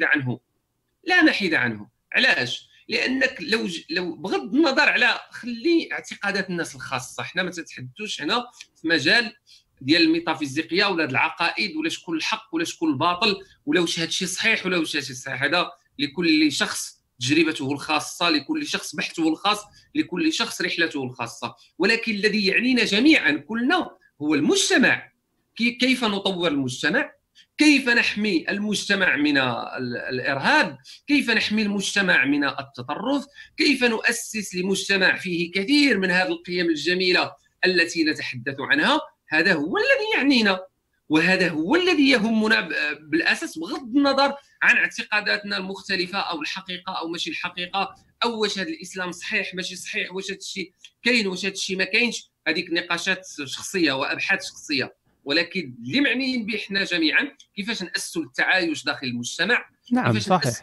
عنه. علاش؟ لانك لو بغض النظر على خلي اعتقادات الناس الخاصه، حنا ما تتحدثوش هنا في مجال ديال الميتافيزيقيا ولا العقائد ولا شكون الحق ولا شكون الباطل ولا واش هذا الشيء صحيح ولا واش هذا الشيء صحيح. هذا لكل شخص تجربته الخاصه، لكل شخص بحثه الخاص، لكل شخص رحلته الخاصه. ولكن الذي يعنينا جميعا كلنا هو المجتمع. كيف نطور المجتمع؟ كيف نحمي المجتمع من الإرهاب؟ كيف نحمي المجتمع من التطرف؟ كيف نؤسس لمجتمع فيه كثير من هذه القيم الجميلة التي نتحدث عنها؟ هذا هو الذي يعنينا، وهذا هو الذي يهمنا بالأساس، بغض النظر عن اعتقاداتنا المختلفة أو الحقيقة أو ماشي الحقيقة، أو واش هذا الإسلام صحيح ماشي صحيح، واش هذا الشيء كاين واش هذا الشيء ما كاينش. هذيك نقاشات شخصية وأبحاث شخصية. ولكن اللي معنيين به احنا جميعا كيفاش نأسسوا التعايش داخل المجتمع. نعم صحيح.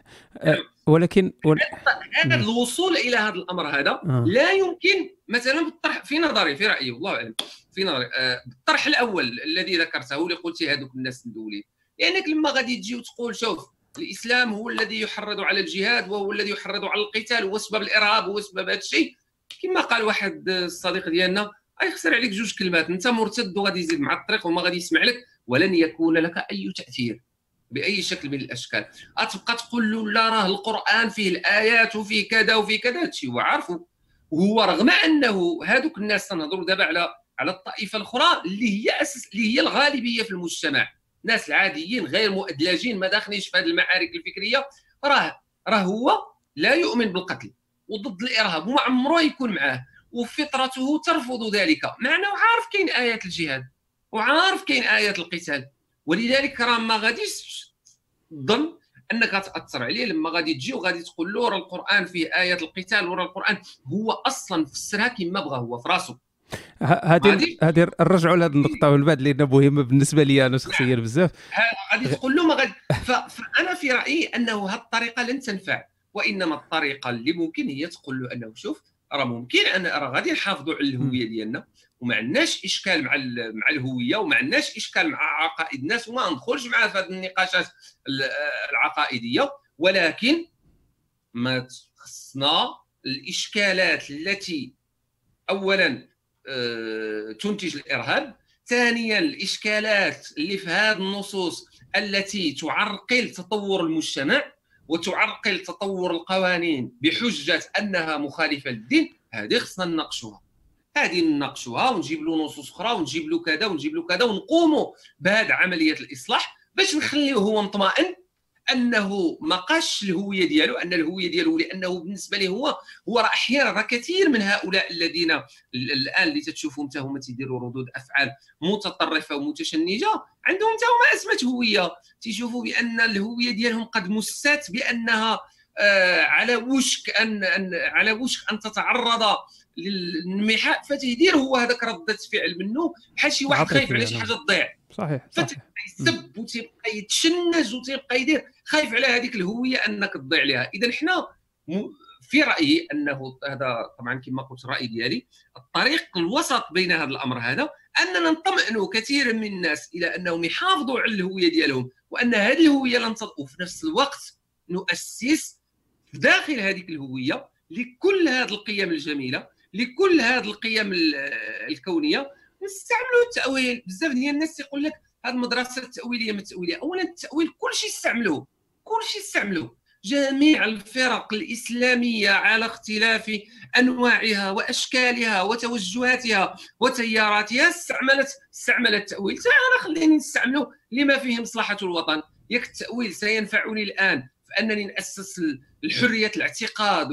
ولكن هذا الوصول الى هذا الامر هذا لا يمكن مثلا بالطرح في نظري، في رايي والله اعلم، في نظري بالطرح الاول الذي ذكرته اللي قلتي هذوك الناس ندولين. لانك لما غادي تجي وتقول شوف الاسلام هو الذي يحرض على الجهاد وهو الذي يحرض على القتال وهو سبب الارهاب وهو سبب هذا الشيء، كما قال واحد الصديق ديالنا يخسر عليك جوج كلمات، انت مرتد وغادي يزيد مع الطريق وما غادي يسمع لك ولن يكون لك اي تاثير باي شكل من الاشكال. غتبقى تقول له لا راه القران فيه الايات وفيه كذا وفيه كذا، هادشي هو عارفه. وهو رغم انه هذوك الناس تنهضروا دابا على الطائفه الاخرى اللي هي الغالبيه في المجتمع، الناس العاديين غير مؤدلجين ما داخلينش في هذه المعارك الفكريه، راه هو لا يؤمن بالقتل وضد الارهاب وما عمره يكون معاه، وفطرته ترفض ذلك، مع انه عارف كاين ايات الجهاد وعارف كاين ايات القتال. ولذلك راه ما غاديش تظن انك تاثر عليه لما غادي تجي وغادي تقول له راه القران فيه ايات القتال وراه القران هو اصلا فسرها كما بغى هو في راسه. هذه نرجعوا لهذه النقطه من بعد لان مهمه بالنسبه لي انا شخصيا بزاف. غادي تقول له ما غادي فانا في رايي انه هذه الطريقه لن تنفع، وانما الطريقه اللي ممكن هي تقول له انه شوف راه ممكن ان راه غادي نحافظوا على الهويه ديالنا وما عندناش اشكال مع الهويه وما عندناش اشكال مع عقائد الناس وما ندخلش معها في هذه النقاشات العقائديه، ولكن ما خصنا الاشكالات التي اولا تنتج الارهاب، ثانيا الاشكالات اللي في هذه النصوص التي تعرقل تطور المجتمع وتعرقل تطور القوانين بحجه انها مخالفه للدين، هذه خصنا نناقشوها ونجيب له نصوص اخرى ونجيب له كذا ونجيب له كذا ونقوموا بهذه عمليه الاصلاح باش نخليه هو مطمئن انه ما قاش الهويه ديالو، ان الهويه ديالو لانه بالنسبه له هو راه احيانا راه كثير من هؤلاء الذين الان اللي تتشوفهم حتى هما تيديروا ردود افعال متطرفه ومتشنجه عندهم حتى هما ازمه هويه، تيشوفوا بان الهويه ديالهم قد مست بانها على وشك ان تتعرض للانمحاء، فتيدير هو هذاك رده فعل منه بحال شي واحد خايف على شي حاجه تضيع. صحيح فتبقى يسب وتبقى يتشنج وتبقى يدير خايف على هذيك الهويه انك تضيع عليها. اذا حنا في رايي انه هذا طبعا كما قلت الراي ديالي، الطريق الوسط بين هذا الامر هذا اننا نطمئنوا كثير من الناس الى انهم يحافظوا على الهويه ديالهم وان هذه الهويه لن وفي نفس الوقت نؤسس داخل هذيك الهويه لكل هذه القيم الجميله، لكل هذه القيم الكونيه. نستعملوا التاويل. بزاف ديال الناس يقول لك هذه المدرسه التاويليه ما التاويليه. اولا التاويل كلشي استعملوه جميع الفرق الاسلاميه على اختلاف انواعها واشكالها وتوجهاتها وتياراتها استعملت التاويل. تعال خليني نستعمله لما فيه مصلحه الوطن. ياك التاويل سينفعني الان فانني ناسس الحريه الاعتقاد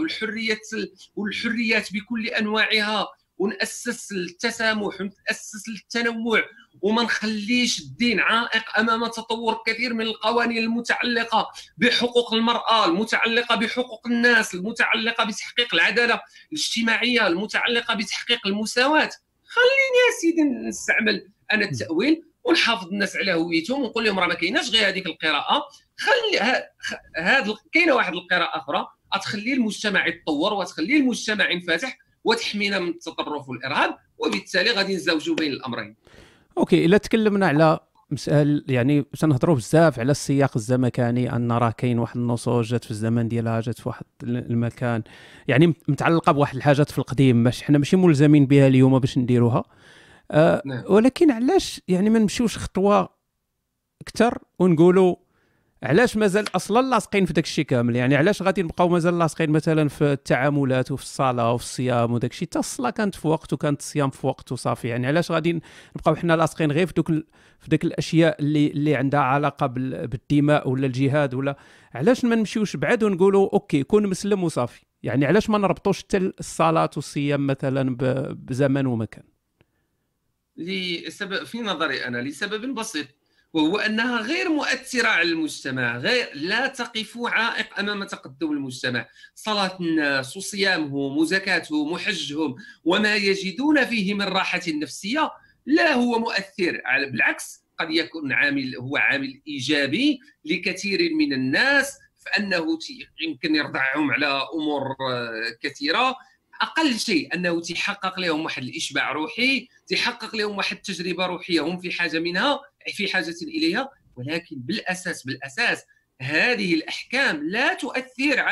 والحريات بكل انواعها، ونأسس التسامح ونأسس التنوع، وما نخليش الدين عائق امام تطور كثير من القوانين المتعلقه بحقوق المراه، المتعلقه بحقوق الناس، المتعلقه بتحقيق العداله الاجتماعيه، المتعلقه بتحقيق المساواه. خليني يا سيدي نستعمل انا التاويل ونحافظ الناس على هويتهم ونقول لهم راه ما كايناش غير هذيك القراءه، خلي كاينه واحد القراءه اخرى تخلي المجتمع يتطور وتخلي المجتمع ينفتح وتحمينا من التطرف والارهاب، وبالتالي غادي نزوجوا بين الامرين. اوكي، الا تكلمنا على مسألة يعني تنهضروا بزاف على السياق الزمكاني، ان راه كاين واحد النصوص جات في الزمن ديالها، جات في واحد المكان يعني متعلقه بواحد الحاجات في القديم، باش حنا ماشي ملزمين بها اليوم باش نديروها. نعم. ولكن علاش يعني ما نمشيوش خطوه اكثر ونقولوا علاش مازال اصلا لاصقين في داك الشيء كامل؟ يعني علاش غادي نبقاو مازال لاصقين مثلا في التعاملات وفي الصلاه وفي الصيام وداك الشيء؟ حتى الصلاه كانت في وقت وكانت الصيام في وقت وصافي. يعني علاش غادي نبقاو حنا لاصقين غير في داك الاشياء اللي عندها علاقه بالدماء ولا الجهاد؟ ولا علاش ما نمشيوش بعد ونقولوا اوكي كون مسلم وصافي؟ يعني علاش ما نربطوش حتى الصلاه والصيام مثلا بزمن ومكان؟ لسبب في نظري انا لسبب بسيط، وهو انها غير مؤثره على المجتمع، غير لا تقف عائق امام تقدم المجتمع. صلاه الناس وصيامهم وزكاتهم وحجهم وما يجدون فيه من راحه نفسيه لا هو مؤثر، بالعكس قد يكون هو عامل ايجابي لكثير من الناس، فانه يمكن يرضعهم على امور كثيره. اقل شيء انه تحقق لهم واحد الاشباع روحي، تحقق لهم واحد التجربه روحيه هم في حاجه منها، في حاجه اليها. ولكن بالاساس هذه الاحكام لا تؤثر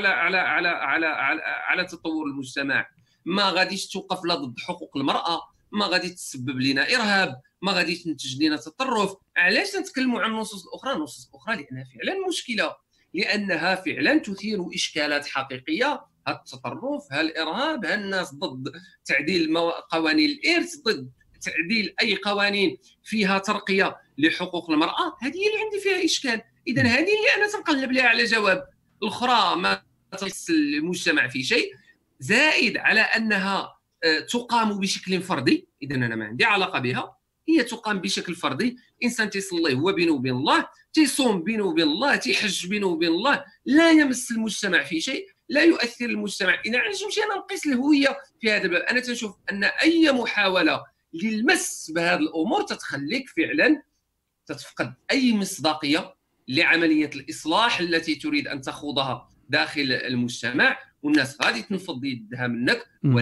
على تطور المجتمع. ما غاديش توقف لا ضد حقوق المراه، ما غادي تسبب لنا ارهاب، ما غادي تنتج لنا تطرف. علاش نتكلموا عن النصوص الاخرى؟ النصوص الاخرى لانها فعلا مشكله، لانها فعلا تثير اشكالات حقيقيه. التطرف، الارهاب، الناس ضد تعديل قوانين الارث، ضد تعديل اي قوانين فيها ترقيه لحقوق المراه. هذه اللي عندي فيها اشكال. اذا هذه اللي انا تنقلب لها على جواب. الاخرى ما تمس المجتمع في شيء، زائد على انها تقام بشكل فردي. اذا انا ما عندي علاقه بها، هي تقام بشكل فردي. انسان تيصلي هو بينه وبين الله، تيصوم بينه وبين الله، تيحج بينه وبين الله، لا يمس المجتمع في شيء، لا يؤثر المجتمع. إذا علاش مشينا نقيس الهويه في هذا الباب؟ انا تنشوف ان اي محاوله للمس بهذه الامور تتخليك فعلا تتفقد اي مصداقيه لعمليه الاصلاح التي تريد ان تخوضها داخل المجتمع، والناس غادي تنفض يدها منك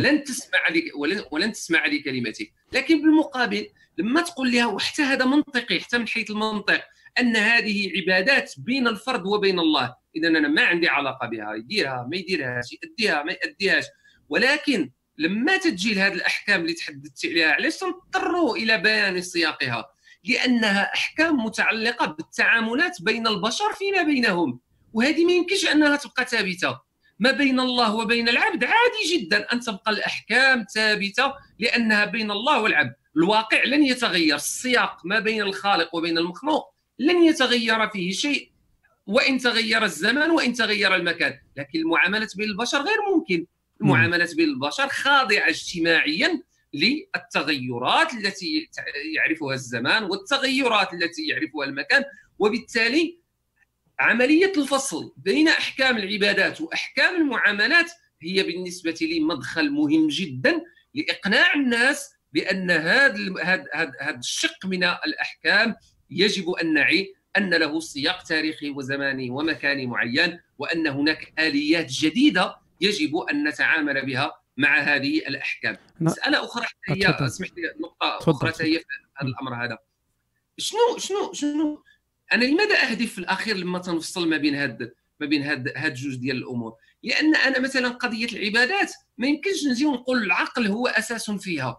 ولن تسمع لكلمتك. لكن بالمقابل لما تقول لها، وحتى هذا منطقي حتى من حيث المنطق، ان هذه عبادات بين الفرد وبين الله، اذا انا ما عندي علاقه بها، يديرها ما يديرهاش، يأديها ما يأديهاش. ولكن لما تجي لهذه الاحكام اللي تحدثت عليها، علاش تضطروا الى بيان سياقها؟ لانها احكام متعلقه بالتعاملات بين البشر فيما بينهم، وهذه ما يمكنش انها تبقى ثابته. ما بين الله وبين العبد عادي جدا ان تبقى الاحكام ثابته، لانها بين الله والعبد. الواقع لن يتغير، السياق ما بين الخالق وبين المخلوق لن يتغير فيه شيء، وإن تغير الزمان وإن تغير المكان. لكن المعاملات بين البشر غير ممكن. المعاملات بين البشر خاضعة اجتماعيا للتغيرات التي يعرفها الزمان والتغيرات التي يعرفها المكان. وبالتالي عملية الفصل بين أحكام العبادات وأحكام المعاملات هي بالنسبة لي مدخل مهم جدا لإقناع الناس بأن هذا الشق من الأحكام يجب أن نعي أن له سياق تاريخي وزماني ومكاني معين، وأن هناك آليات جديدة يجب أن نتعامل بها مع هذه الأحكام. مسألة أخرى هي، اسمح لي، نقطة أخرى هي في هذا الأمر هذا. شنو أنا لماذا أهدف في الأخير لما تنفصل ما بين هاد جوج ديال الأمور؟ لأن أنا مثلا قضية العبادات ما يمكنش نجي ونقول العقل هو أساس فيها.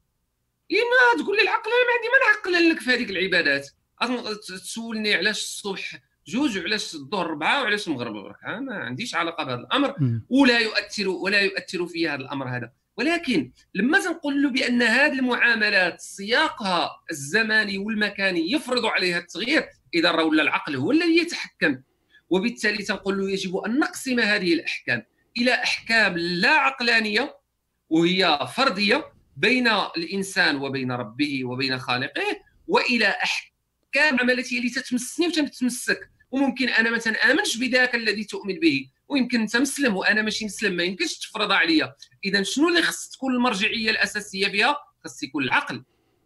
لما تقول لي العقل، أنا ما عندي ما نعقل لك في هذيك العبادات. تسولني علاش الصبح جوج وعلاش الظهر 4 وعلاش المغرب 4، ما عنديش علاقه بهذا الامر، ولا يؤثر في هذا الامر هذا. ولكن لما تنقول له بان هذه المعاملات سياقها الزماني والمكاني يفرض عليها التغيير، اذا راه ولا العقل هو الذي يتحكم. وبالتالي تنقول له يجب ان نقسم هذه الاحكام الى احكام لا عقلانيه وهي فرديه بين الانسان وبين ربه وبين خالقه، والى احكام عملتي اللي تتمسني وتتمسك. وممكن انا ما تنامنش بذاك الذي تؤمن به، ويمكن انت مسلم وانا ماشي مسلم، ما يمكنش تفرض عليا. اذا شنو اللي خص تكون المرجعيه الاساسيه بها؟ خص يكون العقل.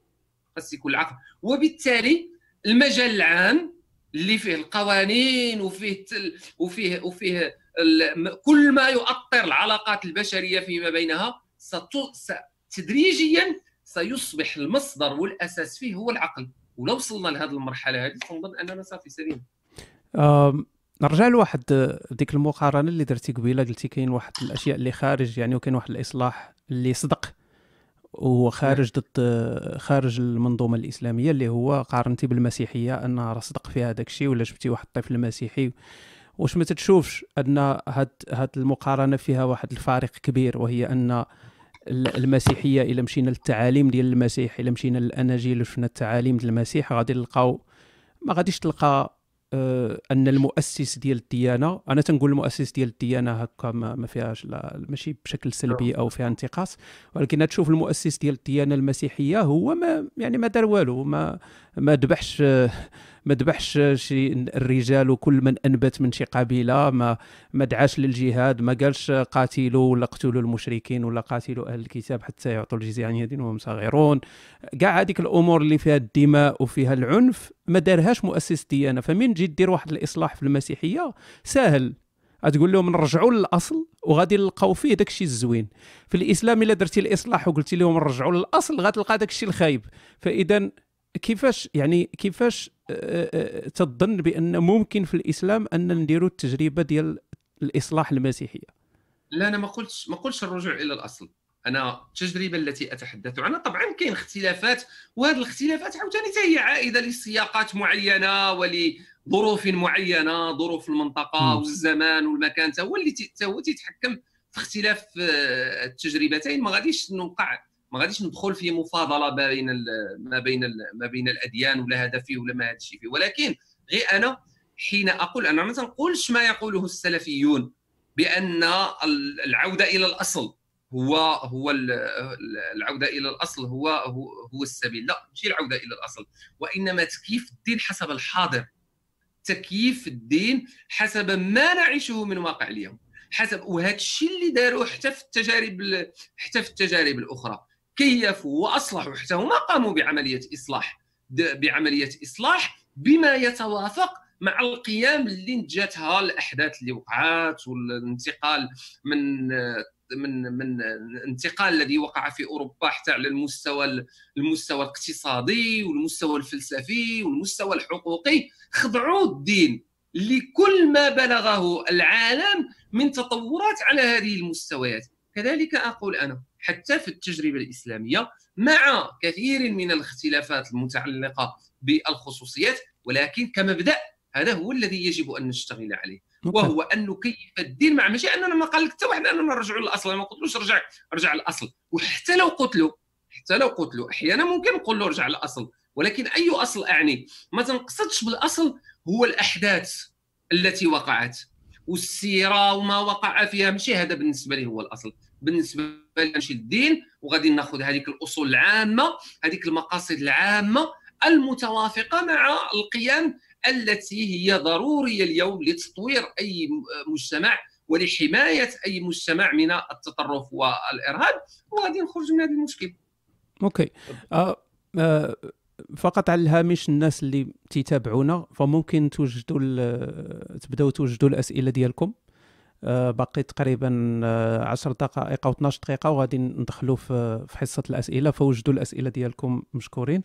وبالتالي المجال العام اللي فيه القوانين وفيه كل ما يؤطر العلاقات البشريه فيما بينها تدريجيا سيصبح المصدر والاساس فيه هو العقل. ولو وصلنا لهذه المرحله هذه تنظن اننا صافي سليم. نرجع لواحد ديك المقارنه اللي درتي قبيله، قلتي كاين واحد الاشياء اللي خارج يعني، وكاين واحد الاصلاح اللي صدق وهو خارج ضد خارج المنظومه الاسلاميه، اللي هو قارنتي بالمسيحيه ان راه صدق فيها هذاك الشيء. ولا شفتي واحد الطفل مسيحي، واش ما تتشوفش ان هاد المقارنه فيها واحد الفارق كبير، وهي ان المسيحيه الا مشينا للتعاليم ديال المسيح، الا مشينا للاناجيل وشفنا التعاليم ديال المسيح، غادي نلقاو ما غاديش تلقى ان المؤسس ديال الديانه، انا تنقول المؤسس ديال الديانه هكا ما فيهاش ماشي بشكل سلبي او فيها انتقاص، ولكن تشوف المؤسس ديال الديانه المسيحيه هو ما دار والو، ما ذبحش شي الرجال وكل من انبت من شي قبيله، ما دعاش للجهاد، ما قالش قاتلوا ولا اقتلوا المشركين ولا قاتلوا اهل الكتاب حتى يعطوا الجزيه عن يد وهم صاغرون. كاع هذيك الامور اللي فيها الدماء وفيها العنف ما دارهاش مؤسس ديانه. فمن تجي دير واحد الاصلاح في المسيحيه ساهل، غتقول لهم نرجعوا للاصل وغادي نلقاو فيه داك الشيء الزوين. في الاسلام الا درتي الاصلاح وقلتي لهم نرجعوا للاصل غتلقى داك الشيء الخايب. فاذا كيفاش تظن بان ممكن في الاسلام ان نديروا التجربه ديال الاصلاح المسيحيه؟ لا، انا ما قلتش الرجوع الى الاصل. انا التجربه التي اتحدث عنها طبعا كاين اختلافات، وهذه الاختلافات عاوتاني هي عائده لسياقات معينه ولظروف معينه، ظروف المنطقه والزمان والمكان هو اللي تيتحكم في اختلاف التجربتين. ما غاديش ندخل في مفاضله ما بين الاديان ولا هذا فيه ولا ما هذا الشيء فيه، ولكن غير انا حين اقول، انا ما تنقولش ما يقوله السلفيون بان العوده الى الاصل هو العوده الى الاصل هو السبيل. لا، ماشي العوده الى الاصل، وانما تكييف الدين حسب الحاضر، تكييف الدين حسب ما نعيشه من واقع اليوم، وهذا الشيء اللي داروه حتى في التجارب الاخرى، كيفوا واصلحوا، حتى هما قاموا بعمليه اصلاح بما يتوافق مع القيام اللي نتجاتها الاحداث اللي وقعات، والانتقال من الانتقال الذي وقع في اوروبا حتى على المستوى الاقتصادي والمستوى الفلسفي والمستوى الحقوقي. خضعوا الدين لكل ما بلغه العالم من تطورات على هذه المستويات. كذلك اقول انا حتى في التجربه الاسلاميه مع كثير من الاختلافات المتعلقه بالخصوصيات، ولكن كمبدا هذا هو الذي يجب ان نشتغل عليه، وهو ان نكيف الدين مع ماشي اننا ما قال لك حتى واحد اننا نرجعوا للاصل. ما قلتلوش رجع للاصل، وحتى لو قتلوا احيانا ممكن نقول له رجع للاصل، ولكن اي اصل اعني؟ ما تنقصدش بالاصل هو الاحداث التي وقعت والسيره وما وقع فيها، ماشي هذا بالنسبه لي هو الاصل. بالنسبه لي نمشي للدين وغادي ناخذ هذيك الاصول العامه، هذيك المقاصد العامه المتوافقه مع القيم التي هي ضروريه اليوم لتطوير اي مجتمع ولحمايه اي مجتمع من التطرف والارهاب، وغادي نخرج من هذا المشكل. اوكي. فقط على الهامش، الناس اللي تيتابعونا فممكن تبداو توجدوا الاسئله ديالكم. باقي تقريبا 10 دقائق او 12 دقيقه وغادي ندخلوا في حصه الاسئله، فوجدوا الاسئله ديالكم مشكورين.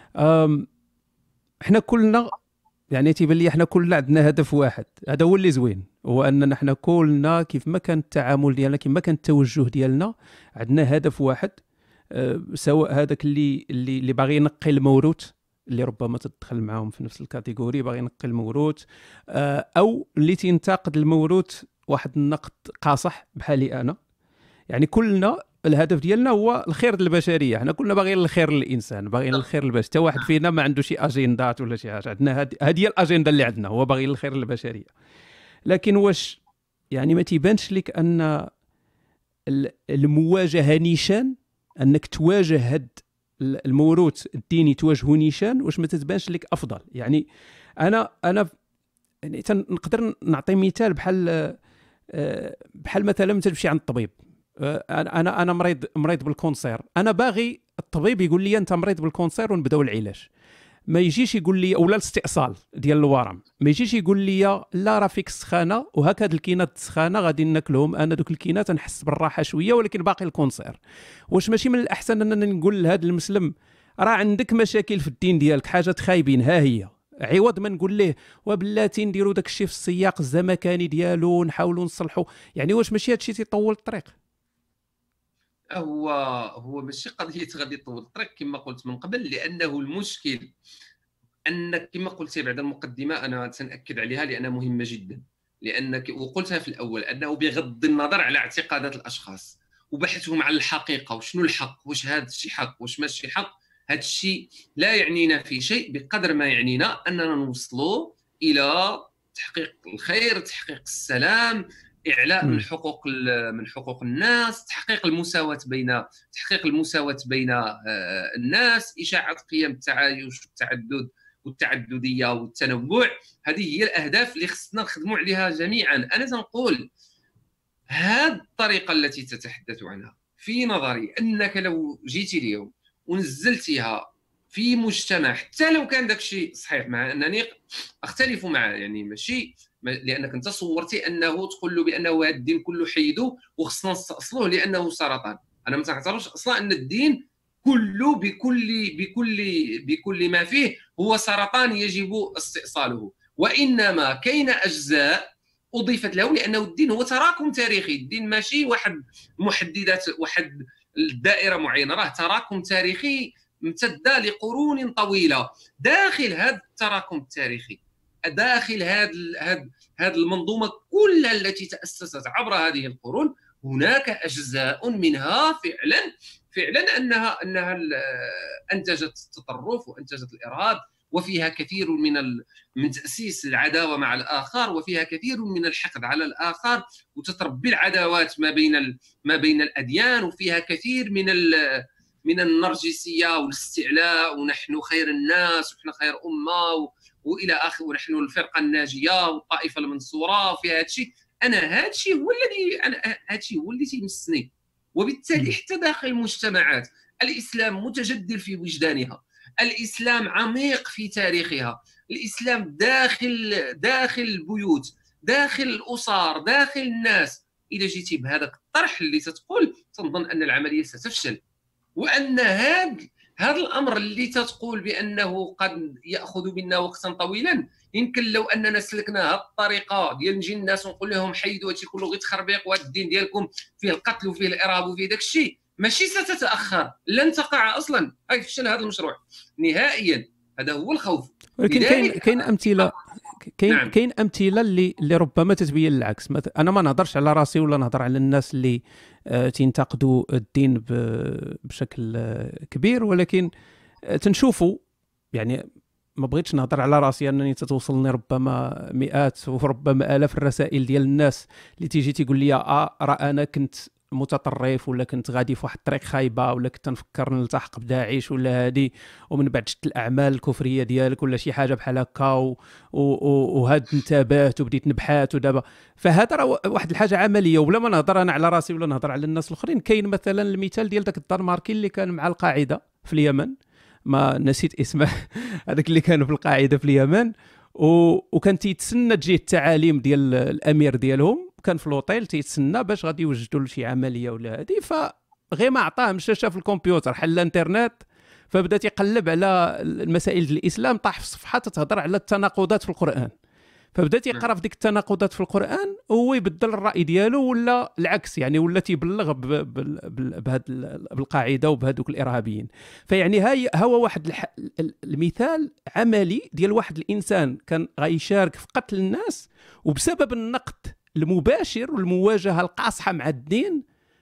احنا كلنا يعني تيبان لي احنا كلنا عندنا هدف واحد، هذا هو اللي زوين، هو اننا احنا كلنا كيف ما كان التعامل ديالنا، كيف ما كان التوجه ديالنا، عندنا هدف واحد. سواء هذاك اللي باغي ينقي الموروث، اللي ربما تدخل معهم في نفس الكاتيجوري، باغي ينقي الموروث، او اللي تينتقد الموروث واحد النقد قاصح بحالي انا. يعني كلنا الهدف ديالنا هو الخير للبشريه، حنا كلنا باغيين الخير للانسان، باغيين الخير للبشر، حتى واحد فينا ما عنده شي اجندات ولا شي حاجه. عندنا هذه هي الاجنده اللي عندنا، هو باغي الخير للبشريه. لكن واش يعني ما تيبانش لك ان المواجهه نيشان، انك تواجه هاد الموروث الديني تواجهه نيشان، واش ما تتبانش لك افضل؟ يعني انا يعني نقدر نعطي مثال بحال مثلا تمشي عند الطبيب. انا مريض بالكونسير، انا باغي الطبيب يقول لي انت مريض بالكونسير ونبداو العلاج. ما يجيش يقول لي، ولا الاستئصال ديال الورم، ما يجيش يقول لي لا راه فيك السخانه وهكذا الكينات السخانه غادي ناكلهم انا دوك الكينات نحس بالراحه شويه ولكن باقي الكونسير. واش ماشي من الاحسن اننا نقول لهذا المسلم راه عندك مشاكل في الدين ديالك، حاجات خايبين ها هي، عوض ما نقول ليه وبلاتي نديروا داك الشيء في السياق الزمكاني ديالو ونحاولوا نصلحوا؟ يعني واش ماشي هذا الشيء تيطول الطريق؟ هو ماشي قضيه غادي يطول الطريق كما قلت من قبل، لانه المشكل انك كما قلت بعد المقدمه انا سنأكد عليها لانها مهمه جدا، لانك وقلتها في الاول انه بغض النظر على اعتقادات الاشخاص وبحثهم عن الحقيقه وشنو الحق، واش هذا الشيء حق واش ماشي حق، هذا الشيء لا يعنينا في شيء بقدر ما يعنينا اننا نوصلوا الى تحقيق الخير، تحقيق السلام، اعلاء من حقوق الناس، تحقيق المساواه بين الناس، اشاعه قيم التعايش والتعدديه والتنوع. هذه هي الاهداف اللي خصنا نخدموا عليها جميعا. انا تنقول هذه الطريقه التي تتحدث عنها في نظري انك لو جيتي اليوم ونزلتيها في مجتمع، حتى لو كان داك الشيء صحيح، مع انني اختلف معه، يعني ماشي لانك انت صورتي انه تقول له بانه هذا الدين كله حيدوه وخصنا نستأصلوه لانه سرطان. انا ما تعتبرش اصلا ان الدين كله بكل ما فيه هو سرطان يجب استئصاله، وانما كاين اجزاء اضيفت له لانه الدين هو تراكم تاريخي. الدين ماشي واحد محددات واحد الدائره معينه، راه تراكم تاريخي امتد لقرون طويله. داخل هذا التراكم التاريخي، داخل هذه المنظومه كلها التي تاسست عبر هذه القرون، هناك اجزاء منها فعلا انها انتجت التطرف وانتجت الارهاب، وفيها كثير من تاسيس العداوه مع الاخر، وفيها كثير من الحقد على الاخر وتتربي العداوات ما بين الاديان، وفيها كثير من النرجسيه والاستعلاء، ونحن خير الناس ونحن خير امه والى اخره، ونحن الفرقه الناجيه والطائفه المنصوره. وفي هذا الشيء هذا الشيء هو اللي تيمسني. وبالتالي حتى داخل المجتمعات الاسلام متجدد في وجدانها، الاسلام عميق في تاريخها، الاسلام داخل البيوت، داخل الاسر، داخل الناس. اذا جيتي بهذاك الطرح اللي تتقول، تنظن ان العمليه ستفشل، وان هذا الامر اللي تتقول بانه قد ياخذ منا وقتا طويلا، يمكن لو اننا سلكنا هذه الطريقه ديال نجي الناس ونقول لهم حيدوا هادشي كله غير تخربيق، وهذا الدين ديالكم فيه القتل وفيه الارهاب وفيه داك الشيء، ماشي ستتاخر، لن تقع اصلا، غيفشل هذا المشروع نهائيا. هذا هو الخوف. ولكن كاين امثله، كاين امثله اللي ربما تتبين العكس. انا ما نهضرش على راسي ولا نهضر على الناس اللي تنتقدوا الدين بشكل كبير، ولكن تنشوفوا، يعني ما بغيتش نهضر على راسي انني تتوصلني ربما مئات وربما الاف الرسائل ديال الناس اللي تيجي تيقول لي راه انا كنت متطرف ولا كنت غادي في واحد الطريق خايبه ولا كنت نفكر نلتحق بداعش ولا هادي، ومن بعد شفت الاعمال الكفريه ديالك ولا شي حاجه بحال هكا وهاد انتبهت وبديت نبحث ودابا. فهذا راه واحد الحاجه عمليه، وبلا ما نهضر انا على راسي ولا نهضر على الناس الاخرين. كاين مثلا المثال ديال داك الدنماركي اللي كان مع القاعده في اليمن، ما نسيت اسمه هذاك اللي كان في القاعده في اليمن، وكان تيتسنى تجي التعاليم ديال الامير ديالهم، كان في لوطيل تيتسنى باش غادي يوجدوا له شي عمليه ولا هذه، فغير ما عطاه مشى شاف الكمبيوتر حل الانترنت، فبدا تيقلب على المسائل ديال الاسلام، طاح في صفحه تهضر على التناقضات في القران، فبدا تيقرا في ديك التناقضات في القران وهو يبدل الراي ديالو ولا العكس، يعني ولا تيبلغ بالقاعده وبهذوك الارهابيين. فيعني هو واحد المثال عملي ديال واحد الانسان كان غيشارك في قتل الناس، وبسبب النقد المباشر والمواجهه القاصحه مع الدين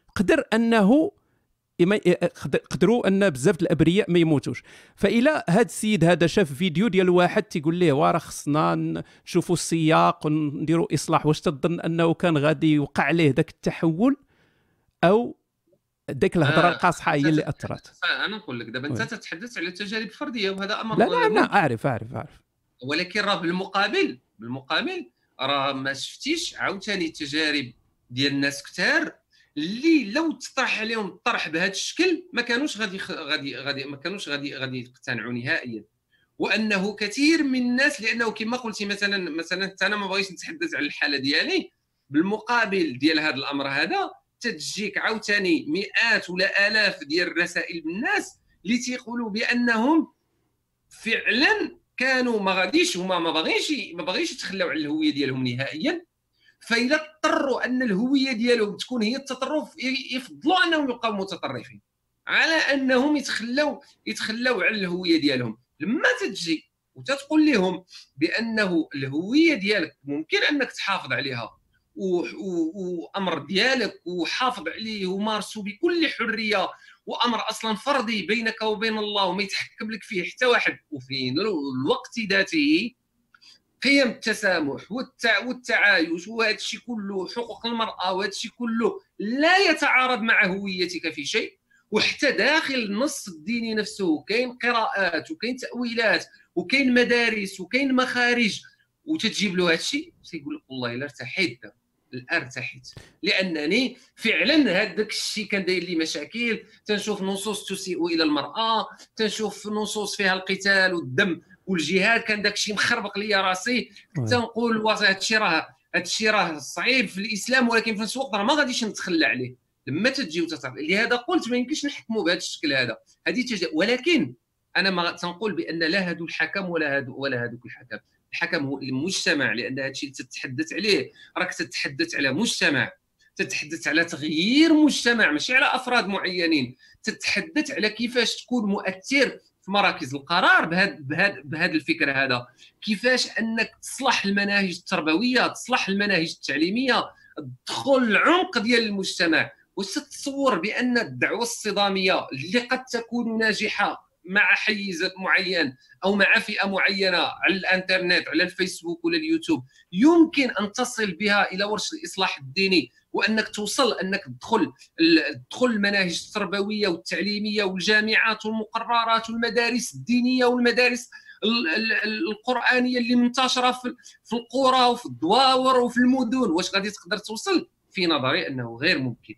قدروا ان بزاف الابرياء ما يموتوش. فإلى هذا السيد هذا شاف فيديو ديال واحد تيقول ليه راه خصنا نشوفوا السياق ونديروا اصلاح، واش تظن انه كان غادي يوقع عليه ذاك التحول او ديك الهضره القاصحه هي اللي اثرت؟ انا نقول لك دابا انت تتحدث على التجارب الفرديه، وهذا امر لا اعرف، ولكن راه بالمقابل راه ما شفتيش عاوتاني التجارب ديال الناس كثار اللي لو تطرح عليهم الطرح بهذا الشكل ما كانوش غادي يقتنعوا نهائيا. وانه كثير من الناس، لانه كما قلتي مثلا انا ما بغيتش نتحدث على الحاله ديالي، بالمقابل ديال هذا الامر هذا تتجيك عاوتاني مئات ولا الاف ديال الرسائل من الناس اللي تيقولوا بانهم فعلا كانوا ما غاديش، هما ما باغيش يتخلاو على الهويه ديالهم نهائيا، فإذا اضطروا ان الهويه ديالهم تكون هي التطرف يفضلوا انهم يبقاو متطرفين على انهم يتخلاو على الهويه ديالهم. لما تجي وتتقول لهم بانه الهويه ديالك ممكن انك تحافظ عليها وامر ديالك وحافظ عليه ومارسه بكل حريه، وامر اصلا فرضي بينك وبين الله وما يتحكم لك فيه حتى واحد، وفي الوقت ذاته قيم التسامح والتعايش وهذا الشيء كله، حقوق المراه وهذا الشيء كله لا يتعارض مع هويتك في شيء. وحتى داخل النص الديني نفسه كاين قراءات وكاين تاويلات وكاين مدارس وكاين مخارج، وتجيب له هذا الشيء تيقول لك والله الا ارتحيت الان ارتحيت، لانني فعلا هذاك الشيء كان داير لي مشاكل. تنشوف نصوص تسيء الى المراه، تنشوف نصوص فيها القتال والدم والجهاد، كان داك الشيء مخربق لي راسي. تنقول هذا الشيء راه صعيب في الاسلام، ولكن في نفس الوقت راه ما غاديش نتخلى عليه. لما تجي وتتعرف لهذا قلت ما يمكنش نحكموا بهذا الشكل هذا، ولكن انا ما تنقول بان لا هادو الحكم ولا هادوك الحكم. الحكم هو المجتمع، لان هذا الشيء اللي تتحدث عليه راك تتحدث على مجتمع، تتحدث على تغيير مجتمع ماشي على افراد معينين، تتحدث على كيفاش تكون مؤثر في مراكز القرار بهذا الفكر هذا، كيفاش انك تصلح المناهج التربويه، تصلح المناهج التعليميه، تدخل العمق ديال المجتمع. وتتصور بان الدعوه الصداميه اللي قد تكون ناجحه مع حيز معين او مع فئه معينه على الانترنت على الفيسبوك ولا اليوتيوب يمكن ان تصل بها الى ورش الاصلاح الديني، وانك توصل انك تدخل المناهج التربويه والتعليميه والجامعات والمقررات والمدارس الدينيه والمدارس القرآنيه اللي منتشره في القرى وفي الدواور وفي المدن. واش غادي تقدر توصل؟ في نظري انه غير ممكن،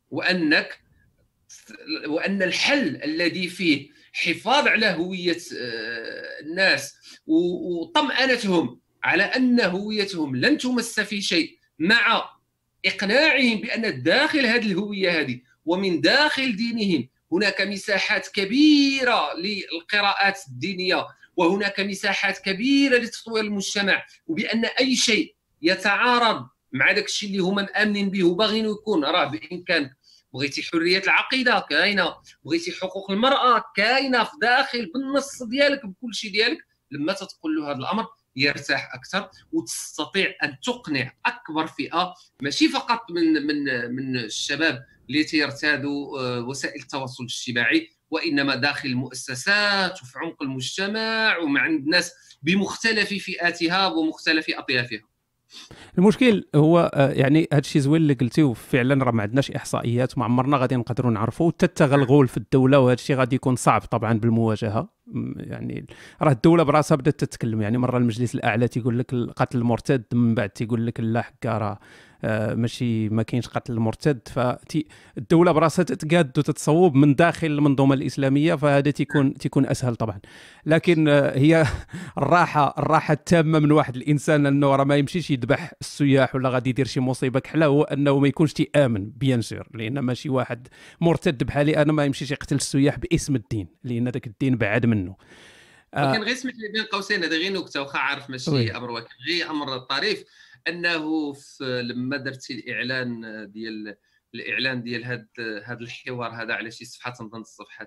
وان الحل الذي فيه حفاظ على هويه الناس وطمأنتهم على ان هويتهم لن تمس في شيء، مع اقناعهم بان داخل هذه الهويه هذه ومن داخل دينهم هناك مساحات كبيره للقراءات الدينيه، وهناك مساحات كبيره لتطوير المجتمع، وبان اي شيء يتعارض مع داك الشيء اللي هما مامنين به وباغيين يكون راه بامكانك. بغيتي حريه العقيده كاينه، بغيتي حقوق المراه كاينه في داخل بالنص ديالك بكل شيء ديالك. لما تتقول له هذا الامر يرتاح اكثر، وتستطيع ان تقنع اكبر فئه، ماشي فقط من الشباب اللي تيرتادوا وسائل التواصل الاجتماعي، وانما داخل المؤسسات وفي عمق المجتمع ومع الناس بمختلف فئاتها ومختلف اطيافها. المشكل هو يعني هذا الشيء زوين اللي قلتيه، فعلا راه ما عندناش احصائيات وما عمرنا غادي نقدروا نعرفوا حتى التغلغل في الدوله، وهذا الشيء غادي يكون صعب طبعا بالمواجهه. يعني راه الدوله براسها بدات تتكلم، يعني مره المجلس الاعلى تيقول لك القتل المرتد، من بعد تيقول لك لا حكا راه ماشي ما كاينش قتل المرتد. فالدوله براسها تتقاد وتتصوب من داخل المنظومه الاسلاميه، فهذا تيكون اسهل طبعا. لكن هي الراحه التامه من واحد الانسان انه راه ما يمشيش يذبح السياح ولا غادي يدير شي مصيبه كحله، هو انه ما يكونش تيامن بيان سور، لان ماشي واحد مرتد بحالي انا ما يمشيش يقتل السياح باسم الدين، لان ذاك الدين بعد منه. ولكن غير اسمح لي بين قوسين، هذا غير نكته واخا عارف ماشي امر واقع، غير امر طريف، انه لما درتي الاعلان ديال هذا الحوار هذا على شي صفحه، تنظن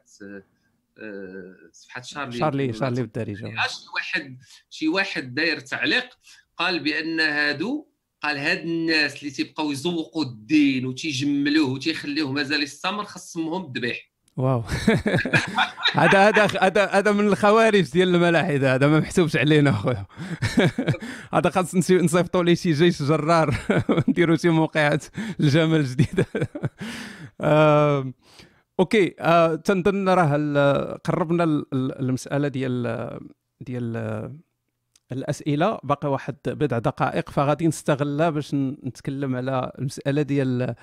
صفحه شارلي بالدارجه، شي واحد داير تعليق قال بان هاد الناس اللي تيبقاو يزوقوا الدين وتيجملوه وتيخليوه مازال يستمر خصهم الذبح. واو هذا من الخوارج ديال الملاحده، هذا ما محسوبش علينا اخويا. هذا خاص نصيفطوا ليه شي جيش جرار ونديروا شي موقعة الجمل جديده. اوكي، تنظن راه قربنا المساله ديال الاسئله، باقي واحد بضع دقائق، فغادي نستغلها باش نتكلم على المساله ديال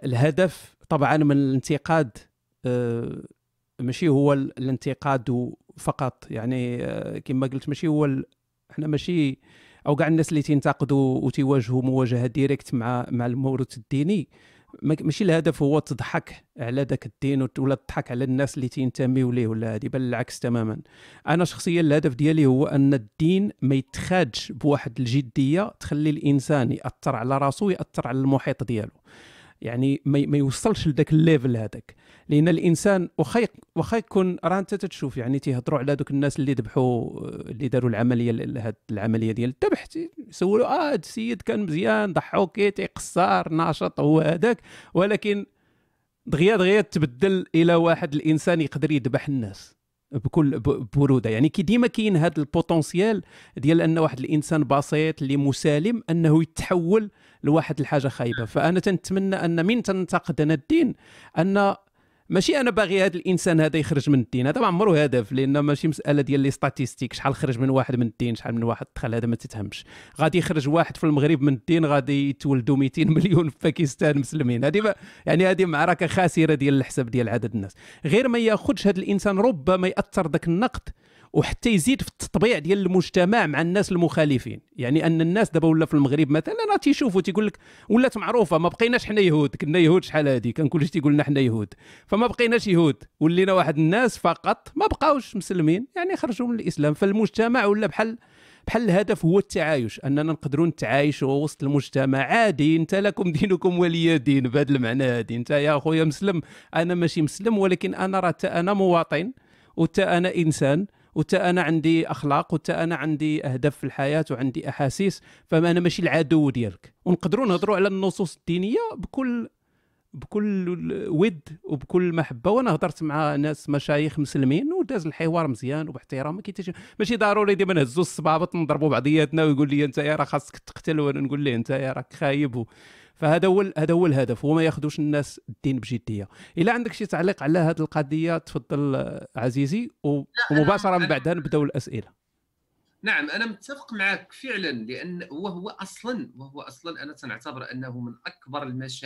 الهدف طبعا من الانتقاد. ماشي هو الانتقاد فقط. يعني كما قلت ماشي هو احنا ماشي، او كاع الناس اللي تنتقدوا وتواجهوا مواجهه ديريكت مع الموروث الديني، ماشي الهدف هو تضحك على ذاك الدين ولا تضحك على الناس اللي تنتميوا ليه ولا هذه، بل العكس تماما. انا شخصيا الهدف ديالي هو ان الدين ما يتخادش بواحد الجديه تخلي الانسان ياثر على راسه وياثر على المحيط ديالو، يعني ما يوصلش لذاك الليفل هذاك. لان الانسان واخا يكون راه انت تشوف يعني تيهضروا على دوك الناس اللي ذبحوا، اللي داروا العمليه ديال الذبح، يسولوا هذا السيد كان مزيان ضحوكي تيقصر ناشط هو هذاك، ولكن دغيا تبدل الى واحد الانسان يقدر يذبح الناس بكل بروده. يعني ديما كاين هذا البوتنسيال ديال ان واحد الانسان بسيط اللي مسالم انه يتحول لواحد الحاجه خايبه. فانا تنتمنى ان من تنتقد انا الدين ان ماشي انا باغي هذا الانسان هذا يخرج من الدين، هذا ما عمره هدف، لان ماشي مساله ديال لي ستاتيستيك شحال خرج من واحد من الدين شحال من واحد دخل، هذا ما تتهمش. غادي يخرج واحد في المغرب من الدين غادي يتولدوا 200 مليون في باكستان مسلمين، هذه يعني هذه معركه خاسره ديال الحساب ديال عدد الناس. غير ما ياخذش هذا الانسان ربما ياثر ذاك النقد وحتى يزيد في التطبيع ديال المجتمع مع الناس المخالفين. يعني ان الناس دابا ولا في المغرب مثلا راه تيشوفوا تيقول لك ولات معروفه ما بقيناش حنا يهود، كنا يهود شحال هادي كان كلشي تيقول لنا حنا يهود، فما بقيناش يهود ولينا واحد الناس فقط ما بقاوش مسلمين يعني خرجوا من الاسلام. فالمجتمع ولا بحال الهدف هو التعايش، اننا نقدروا نتعايشوا وسط المجتمع عادي. انت لكم دينكم ولي دين بهذا المعنى هذه، انت يا اخويا مسلم انا ماشي مسلم، ولكن انا راه انا مواطن وتا انا انسان وتا انا عندي اخلاق وتا انا عندي اهداف في الحياه وعندي احاسيس، فما انا ماشي العدو ديالك. ونقدروا نهضروا على النصوص الدينيه بكل ود وبكل محبه. وانا هضرت مع ناس مشايخ مسلمين وداز الحوار مزيان وباحترام، ماشي ضروري ديما نهزوا الصبابط نضربوا بعضياتنا ويقول لي انت يا راه خاصك تقتل وانا نقول له انت يا راك خايب. فهذا هو الهدف، هو ما ياخذوش الناس الدين بجديه. الا عندك شي تعليق على هذه القضيه تفضل عزيزي، ومباشره من بعدها نبداو الاسئله. نعم انا متفق معك فعلا، لان وهو اصلا انا تنعتبر انه من اكبر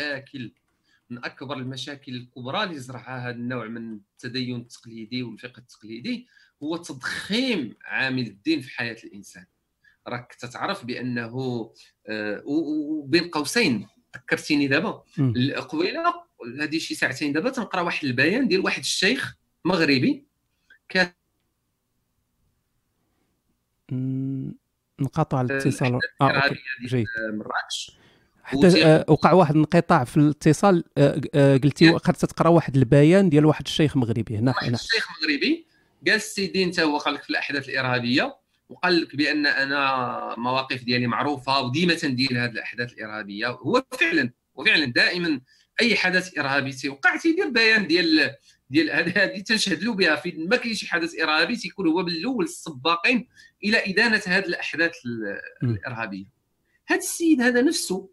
المشاكل الكبرى اللي زرعها هذا النوع من التدين التقليدي والفقه التقليدي هو تضخيم عامل الدين في حياه الانسان. راك تتعرف بانه وبين قوسين ذكرتيني دابا قبيله هذه شي ساعتين دابا تنقرا واحد البيان ديال واحد الشيخ مغربي كان انقطع الاتصال. جيد مراكش حتى وقع واحد الانقطاع في الاتصال. قلتي قد تقرا واحد البيان ديال واحد الشيخ مغربي هنا. الشيخ مغربي قال السيدي انت هو قال لك في الاحداث الارهابيه وقال لك بان انا مواقف ديالي معروفه وديما تندير هذه الاحداث الارهابيه. هو فعلا دائما اي حدث ارهابي تيوقع تيدير بيان ديال هذه تنشهد له بها. في ما كاين شي حدث ارهابي تيكون هو من الاول السباقين الى ادانه هذه الاحداث الارهابيه. هذا السيد هذا نفسه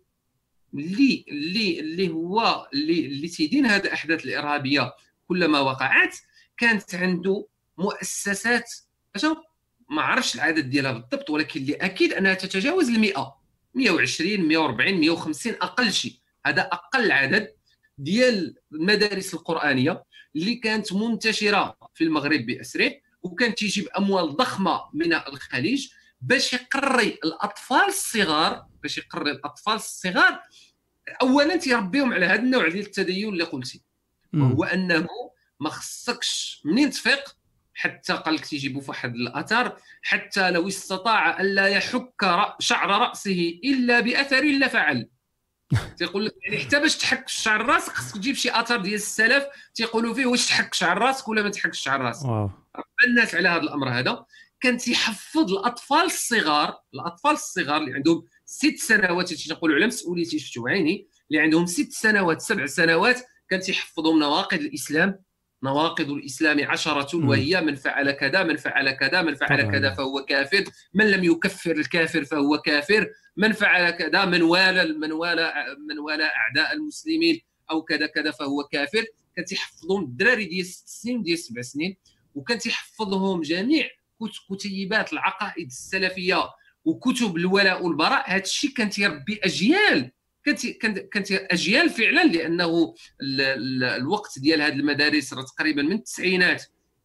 اللي هو اللي تيدين هذه الاحداث الارهابيه كلما وقعت كانت عنده مؤسسات ما عرفش العدد ديالها بالضبط، ولكن اللي اكيد انها تتجاوز 100 120 140 150 اقل شيء. هذا اقل عدد ديال المدارس القرآنيه اللي كانت منتشره في المغرب باسره، وكانت تجيب اموال ضخمه من الخليج باش يقري الاطفال الصغار اولا تيربيهم على هذا النوع ديال التدين اللي قلتي، وهو انه ما خصكش منين تفيق حتى قال لك تيجيبوا في واحد الاثر حتى لو استطاع الا يحك شعر راسه الا باثر لفعل. تيقول لك يعني حتى باش تحك شعر راسك خصك تجيب شي اثر ديال السلف تيقولوا فيه واش تحك شعر راسك ولا ما تحكش شعر راسك. الناس على هذا الامر هذا كان تيحفظ الاطفال الصغار اللي عندهم 6 سنوات تيقولوا على مسؤوليتي شفتوا عيني اللي عندهم 6 سنوات 7 سنوات كان تيحفظهم نواقض الاسلام. نواقض الاسلام 10 وهي من فعل كذا من فعل كذا من فعل كذا فهو كافر، من لم يكفر الكافر فهو كافر، من فعل كذا من والى اعداء المسلمين او كذا كذا فهو كافر. كان تيحفظهم الدراري ديال 6 سنين ديال 7 سنين، وكان تيحفظهم جميع كتيبات العقائد السلفيه وكتب الولاء والبراء. هذا الشيء كان تيربي اجيال، كانت اجيال فعلا، لانه الوقت ديال هذه المدارس تقريبا من التسعينات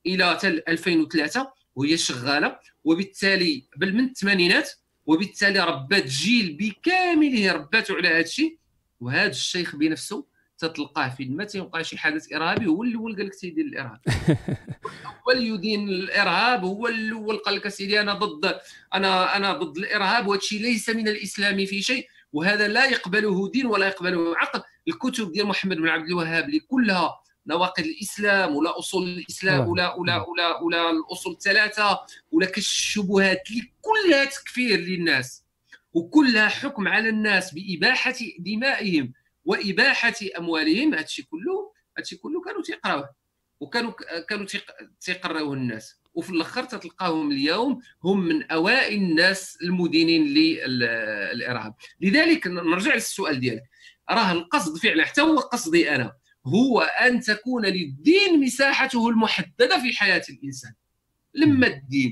الى 2003 وهي شغاله، وبالتالي بل من الثمانينات، وبالتالي ربات جيل بكامله رباته على هذا الشيء. وهذا الشيخ بنفسه تتلقاه فين ما تيوقع شي حدث ارهابي هو الاول قال لك تيدير الارهاب، هو اللي يدين الارهاب، هو الاول قال لك سيدي انا ضد الارهاب، وهذا الشيء ليس من الاسلام في شيء، وهذا لا يقبله دين ولا يقبله عقل. الكتب ديال محمد بن عبد الوهاب اللي كلها نواقض الاسلام ولا اصول الاسلام ولا الاصول الثلاثه ولا كشف الشبهات اللي كلها تكفير للناس وكلها حكم على الناس باباحه دمائهم واباحه اموالهم، هادشي كله كانوا تيقراوه وكانوا تيقراوه الناس، وفي الاخر تتلقاهم اليوم هم من اوائل الناس المدينين للارهاب. لذلك نرجع للسؤال ديالك، راه القصد فعلا حتى هو قصدي انا هو ان تكون للدين مساحته المحدده في حياه الانسان. لما الدين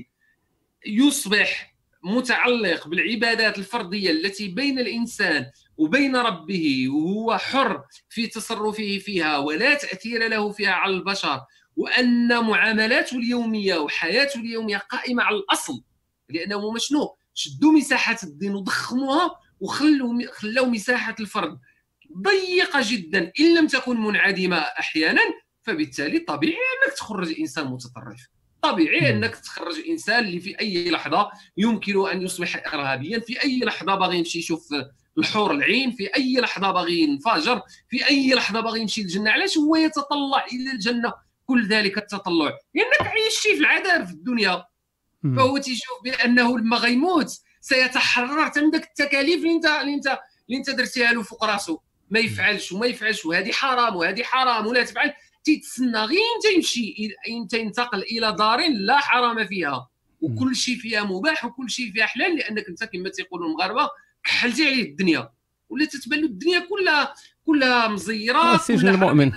يصبح متعلق بالعبادات الفرديه التي بين الانسان وبين ربه، وهو حر في تصرفه فيها ولا تاثير له فيها على البشر، وان معاملاته اليوميه وحياته اليوميه قائمه على الاصل، لانه مشنو شدوا مساحه الدين وضخموها وخلوا مساحه الفرد ضيقه جدا ان لم تكن منعدمه احيانا، فبالتالي طبيعي انك تخرج انسان متطرف، طبيعي انك تخرج انسان اللي في اي لحظه يمكن ان يصبح ارهابيا، في اي لحظه باغي يمشي يشوف الحور العين، في اي لحظه باغي ينفجر، في اي لحظه باغي يمشي للجنه. علاش هو يتطلع الى الجنه كل ذلك التطلع؟ لانك عايش في العذاب في الدنيا، فهو تيشوف بانه لما غيموت سيتحرر من داك التكاليف اللي انت درتيها له فوق راسه، ما يفعلش وما يفعلش، وهذه حرام وهذه حرام ولا تفعل، تيتسنى غير انت يمشي انت ينتقل الى دار لا حرام فيها وكل شيء فيها مباح وكل شيء فيها حلال، لانك انت كما تيقولوا المغاربه كحلتي عليه الدنيا ولا تتبان له الدنيا كلها مزيره، سجن المؤمن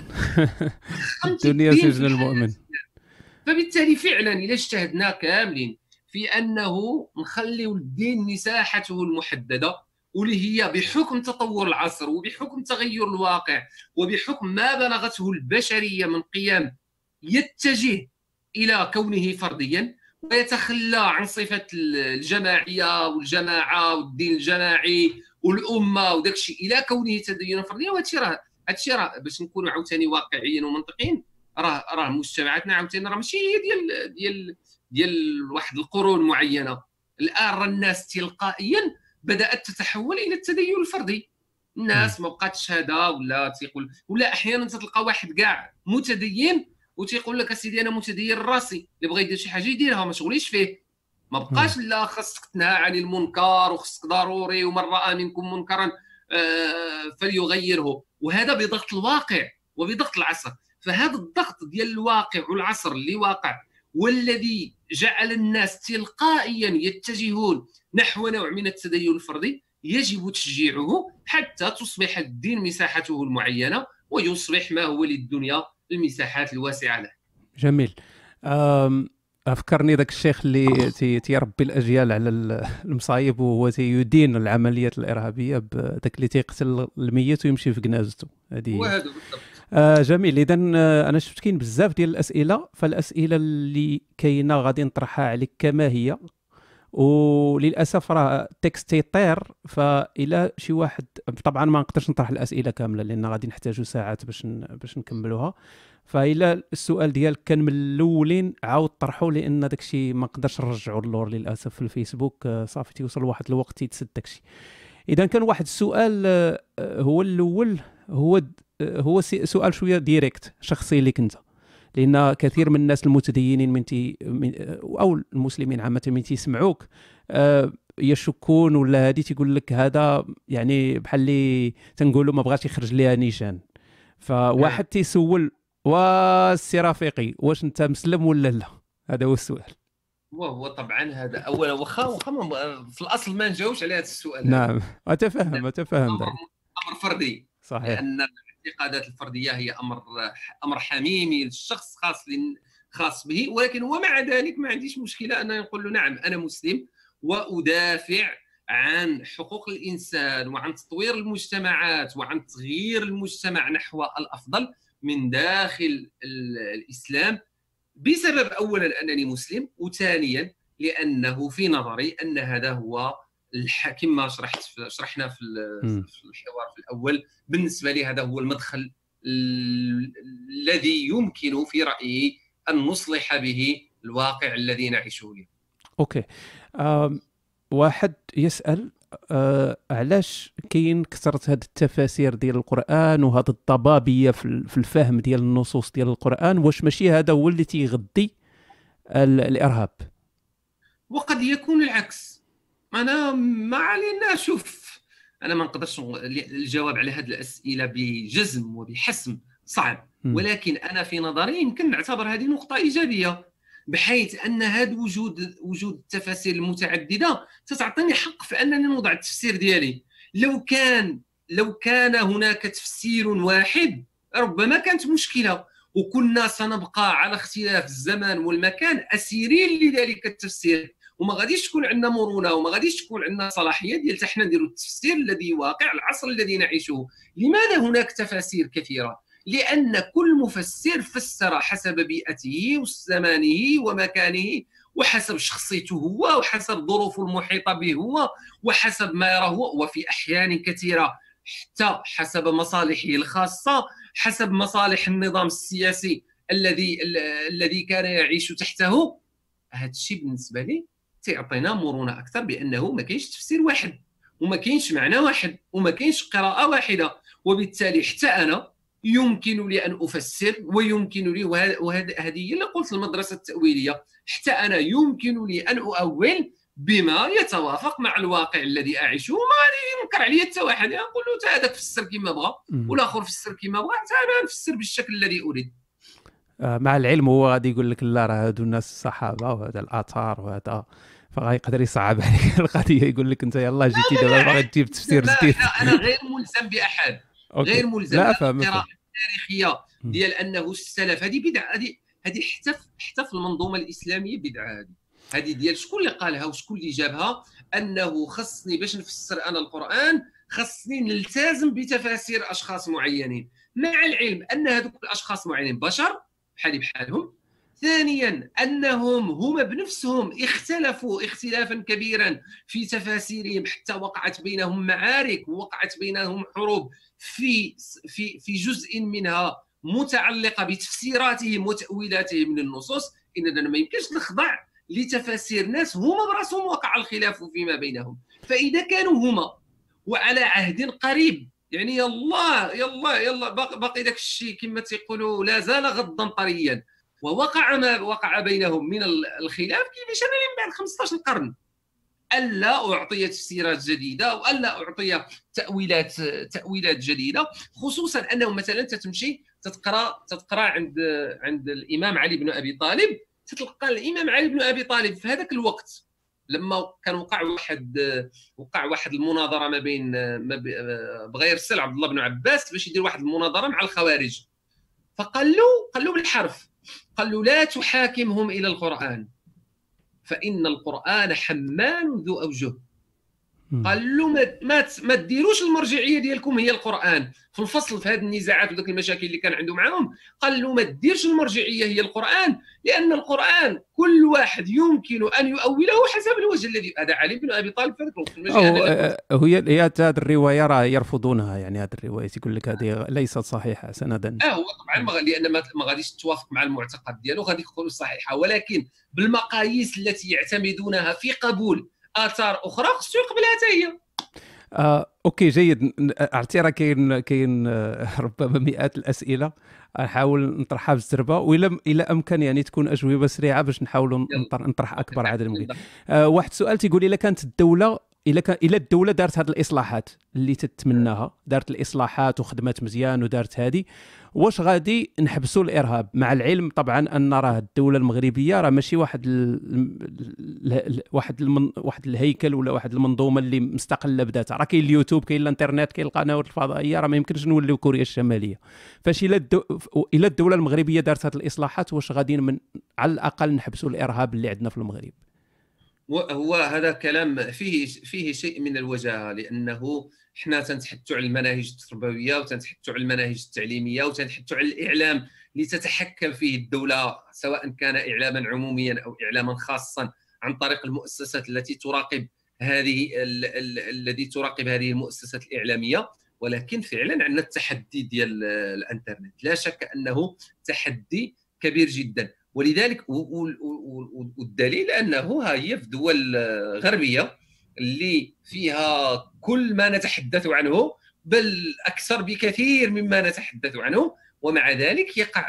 الدنيا سجن المؤمن. فبالتالي فعلا الا اجتهدنا كاملين في انه نخليو الدين مساحته المحدده، واللي هي بحكم تطور العصر وبحكم تغير الواقع وبحكم ما بلغته البشريه من قيم يتجه الى كونه فرديا ويتخلى عن صفه الجماعيه والجماعه والدين الجماعي والامه وداك الشيء الى كونه تدينا فرديا. وهذا الشيء راه باش نكونوا عاوتاني واقعيين ومنطقيين، راه مجتمعاتنا عاوتاني راه ماشي هي ديال واحد القرون معينه. الان راه الناس تلقائيا بدات تتحول الى التدين الفردي، الناس ما بقاتش هذا ولا تيقول، ولا احيانا تلقى واحد كاع متدين وتيقول لك اسيدي انا متدين راسي، اللي بغى يدير شي حاجه يديرها ما شغليش فيه، ما بقاش لا خاصك تنهى عن المنكر وخاصك ضروري ومن راى منكم منكرا فليغيره، وهذا بضغط الواقع وبضغط العصر. فهذا الضغط ديال الواقع والعصر اللي واقع والذي جعل الناس تلقائيا يتجهون نحو نوع من التدين الفردي يجب تشجيعه حتى تصبح الدين مساحته المعينه ويصبح ما هو للدنيا المساحات الواسعه له. جميل. أفكرني ذاك الشيخ اللي تيربي الأجيال على المصايب وهو تيدين العمليات الإرهابية بذاك اللي تيقتل الميت ويمشي في جنازته. هذه جميل. إذا أنا شفت كاين بزاف ديال الأسئلة، فالأسئلة اللي كاينة غادي نطرحها عليك كما هي، وللأسف راه التكست تيطير، فإلى شي واحد طبعا ما نقدرش نطرح الأسئلة كاملة لأن غادي نحتاجوا ساعات باش نكملوها. فإلى السؤال ديالك كان من الاولين عاود طرحوا، لان داكشي ما نقدرش نرجعوا اللور للاسف في الفيسبوك، صافي تيوصل واحد الوقت تيتسد داكشي. اذا كان واحد السؤال هو الاول، هو سؤال شويه ديريكت شخصي لك انت، لان كثير من الناس المتدينين او المسلمين عامه من تيسمعوك يشكون ولا هذه تيقول لك هذا يعني بحال اللي تنقولوا ما بغاش يخرج ليها نيشان. فواحد تيسول والسي رفيقي واش انت مسلم ولا لا؟ هذا هو السؤال. وهو طبعا هذا اولا واخا في الاصل ما نجاوبش على هذا السؤال. نعم اتفهم امر فردي صحيح، لان الاعتقادات الفرديه هي امر حميمي للشخص خاص به، ولكن ومع ذلك ما عنديش مشكله ان نقول له نعم انا مسلم وادافع عن حقوق الانسان وعن تطوير المجتمعات وعن تغيير المجتمع نحو الافضل من داخل الاسلام بسبب اولا انني مسلم، وثانيا لانه في نظري ان هذا هو كما شرحنا في الحوار في الاول. بالنسبه لي هذا هو المدخل الذي يمكن في رايي ان نصلح به الواقع الذي نعيشه اليوم. اوكي. واحد يسأل علاش كاين كثرة هاد التفاسير ديال القرآن وهاد الضبابية في الفهم ديال النصوص ديال القرآن؟ واش ماشي هذا هو اللي تيغذي الإرهاب؟ وقد يكون العكس. انا ما علينا، شوف انا ما نقدرش الجواب على هذه الاسئله بجزم وبحسم، صعب. ولكن انا في نظري يمكن نعتبر هذه نقطه ايجابيه، بحيث ان هذا وجود التفاسير المتعدده ستعطيني حق في انني نوضع التفسير ديالي. لو كان هناك تفسير واحد ربما كانت مشكله، وكنا سنبقى على اختلاف الزمان والمكان اسيرين لذلك التفسير، وما غاديش تكون عندنا مرونه، وما غاديش تكون عندنا صلاحيه ديال حتى حنا نديروا التفسير الذي يواقع العصر الذي نعيشه. لماذا هناك تفاسير كثيره؟ لان كل مفسر فسر حسب بيئته وزمانه ومكانه، وحسب شخصيته هو، وحسب ظروفه المحيطه به هو، وحسب ما يراه هو، وفي احيان كثيره حتى حسب مصالحه الخاصه، حسب مصالح النظام السياسي الذي كان يعيش تحته. هذا الشيء بالنسبه لي تعطينا مرونه اكثر، بانه ما كاينش تفسير واحد، وما كاينش معنى واحد، وما كاينش قراءه واحده. وبالتالي حتى انا يمكن لي ان افسر، ويمكن لي، وهذه هي اللي قلت المدرسه التاويليه، حتى انا يمكن لي ان اؤول بما يتوافق مع الواقع الذي اعيشه. وما غادي ينكر عليا حتى واحد، نقول له حتى هذاك فسر كما بغى والاخر فسر كما بغى، حتى انا نفسر بالشكل الذي اريد. مع العلم هو غادي يقول لك لا، راه هادو الناس الصحابه وهذا الاثار وهذا، فغيقدر يصعب عليك القضيه، يقول لك انت يلاه جيتي دابا باغي تجيب تفسير جديد. انا غير ملزم باحد، غير ملزم. القراءه التاريخيه ديال انه السلف هذه بدعه، هذه حتى في المنظومه الاسلاميه بدعه. هذه ديال شكون اللي قالها وشكون اللي جابها؟ انه خصني باش نفسر انا القران خصني نلتزم بتفاسير اشخاص معينين، مع العلم ان هذوك الاشخاص معينين بشر بحالي بحالهم. ثانيا انهم هما بنفسهم اختلفوا اختلافا كبيرا في تفاسيرهم، حتى وقعت بينهم معارك ووقعت بينهم حروب في جزء منها متعلقه بتفسيراتهم وتاويلاتهم من النصوص. اننا ما يمكنش نخضع لتفاسير ناس هما براسهم وقع الخلاف فيما بينهم. فاذا كانوا هما وعلى عهد قريب، يعني يلا باقي داك الشيء كما تيقولوا لا زال غضا طريا، ووقع ما وقع بينهم من الخلاف، كيفاش انا اللي بعد 15 قرن الا اعطي تفسيرات جديده والا اعطي تاويلات جديده؟ خصوصا انه مثلا تتمشي تتقرا عند الامام علي بن ابي طالب، تتلقى الامام علي بن ابي طالب في هذاك الوقت لما كان وقع واحد المناظره ما بين بغى يرسل عبد الله بن عباس باش يدير واحد المناظره مع الخوارج، فقال له بالحرف، قال له لا تحاكمهم الى القران فان القران حمال ذو اوجه. قال له ما تديروش المرجعيه ديالكم هي القران في الفصل في هذه النزاعات وذاك المشاكل اللي كان عنده معهم. قال له ما تديرش المرجعيه هي القران، لان القران كل واحد يمكن ان يؤوله حسب الوجه الذي. هذا علي بن ابي طالب في ذاك الوقت. هي هذه الروايه راه يرفضونها، يعني هذه الروايه يقول لك هذه ليست صحيحه سندا. هو طبعا لان ما غاديش تتوافق مع المعتقد ديالو، غادي يقولوا صحيحه، ولكن بالمقاييس التي يعتمدونها في قبول اثار اخرى خصو يقبلها حتى هي. اوكي جيد. عرفتي راه كاين ربما مئات الاسئله، نحاول نطرحها بزربه، والى امكن يعني تكون اجوبه سريعه باش نحاولوا نطرح اكبر عدد ممكن. واحد السؤال تيقول الا كانت الدوله الى الدوله دارت هذه الاصلاحات اللي تتمناها، دارت الاصلاحات وخدمات مزيان ودارت هذه، واش غادي نحبسوا الارهاب؟ مع العلم طبعا ان راه الدوله المغربيه راه ماشي واحد الهيكل ولا واحد المنظومه اللي مستقله بذاتها، راه كاين اليوتيوب، كاين الانترنت، كاين القنوات الفضائيه، راه ما يمكنش نوليو كوريا الشماليه. فاش الى الدوله المغربيه دارت هذه الاصلاحات، واش غادي على الاقل نحبسوا الارهاب اللي عندنا في المغرب؟ هو هذا كلام فيه شيء من الوجاهه، لانه حنا تنتحدثوا على المناهج التربويه وتنتحدثوا على المناهج التعليميه وتنتحدثوا على الاعلام اللي تتحكم فيه الدوله، سواء كان اعلاما عموميا او اعلاما خاصا عن طريق المؤسسات التي تراقب الذي تراقب هذه المؤسسات الاعلاميه. ولكن فعلا عندنا التحدي ديال الانترنت، لا شك انه تحدي كبير جدا. ولذلك والدليل انه ها هي في دول غربيه اللي فيها كل ما نتحدث عنه، بل اكثر بكثير مما نتحدث عنه، ومع ذلك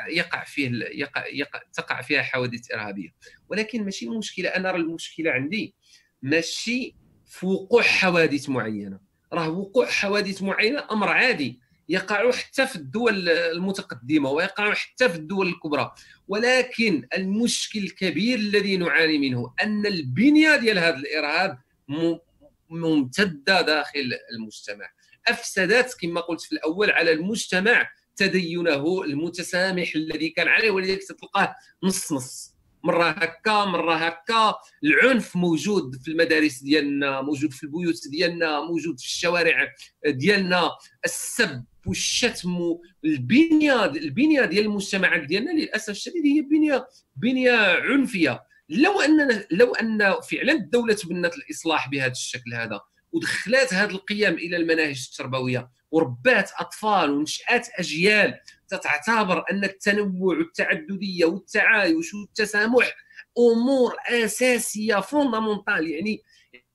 تقع فيها حوادث ارهابيه. ولكن ماشي المشكله، انا ارى المشكله عندي ماشي في وقوع حوادث معينه، راه وقوع حوادث معينه امر عادي يقع حتى في الدول المتقدمه ويقع حتى في الدول الكبرى. ولكن المشكل الكبير الذي نعاني منه ان البنيه ديال هذا الارهاب ممتده داخل المجتمع، افسدت كما قلت في الاول على المجتمع تدينه المتسامح الذي كان عليه. ولذلك تلقاه نص نص، مره هكا مره هكا. العنف موجود في المدارس ديالنا، موجود في البيوت ديالنا، موجود في الشوارع ديالنا، السب والشتم. البنيه ديال المجتمعات ديالنا للاسف الشديد هي بنيه عنفيه. لو ان فعلا الدوله تبنت الاصلاح بهذا الشكل هذا ودخلات هذه القيم الى المناهج التربويه وربات اطفال ونشات اجيال تتعتبر ان التنوع والتعدديه والتعايش والتسامح امور اساسيه فوندامونتال، يعني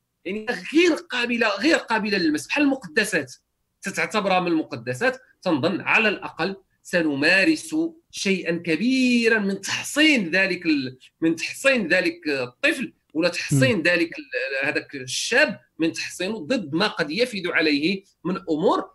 غير قابله للمس، بحال المقدسات تتعتبرها من المقدسات، تنظن على الاقل سنمارس شيئا كبيرا من تحصين ذلك الطفل ولا تحصين ذلك هذاك الشاب، من تحصينه ضد ما قد يفد عليه من امور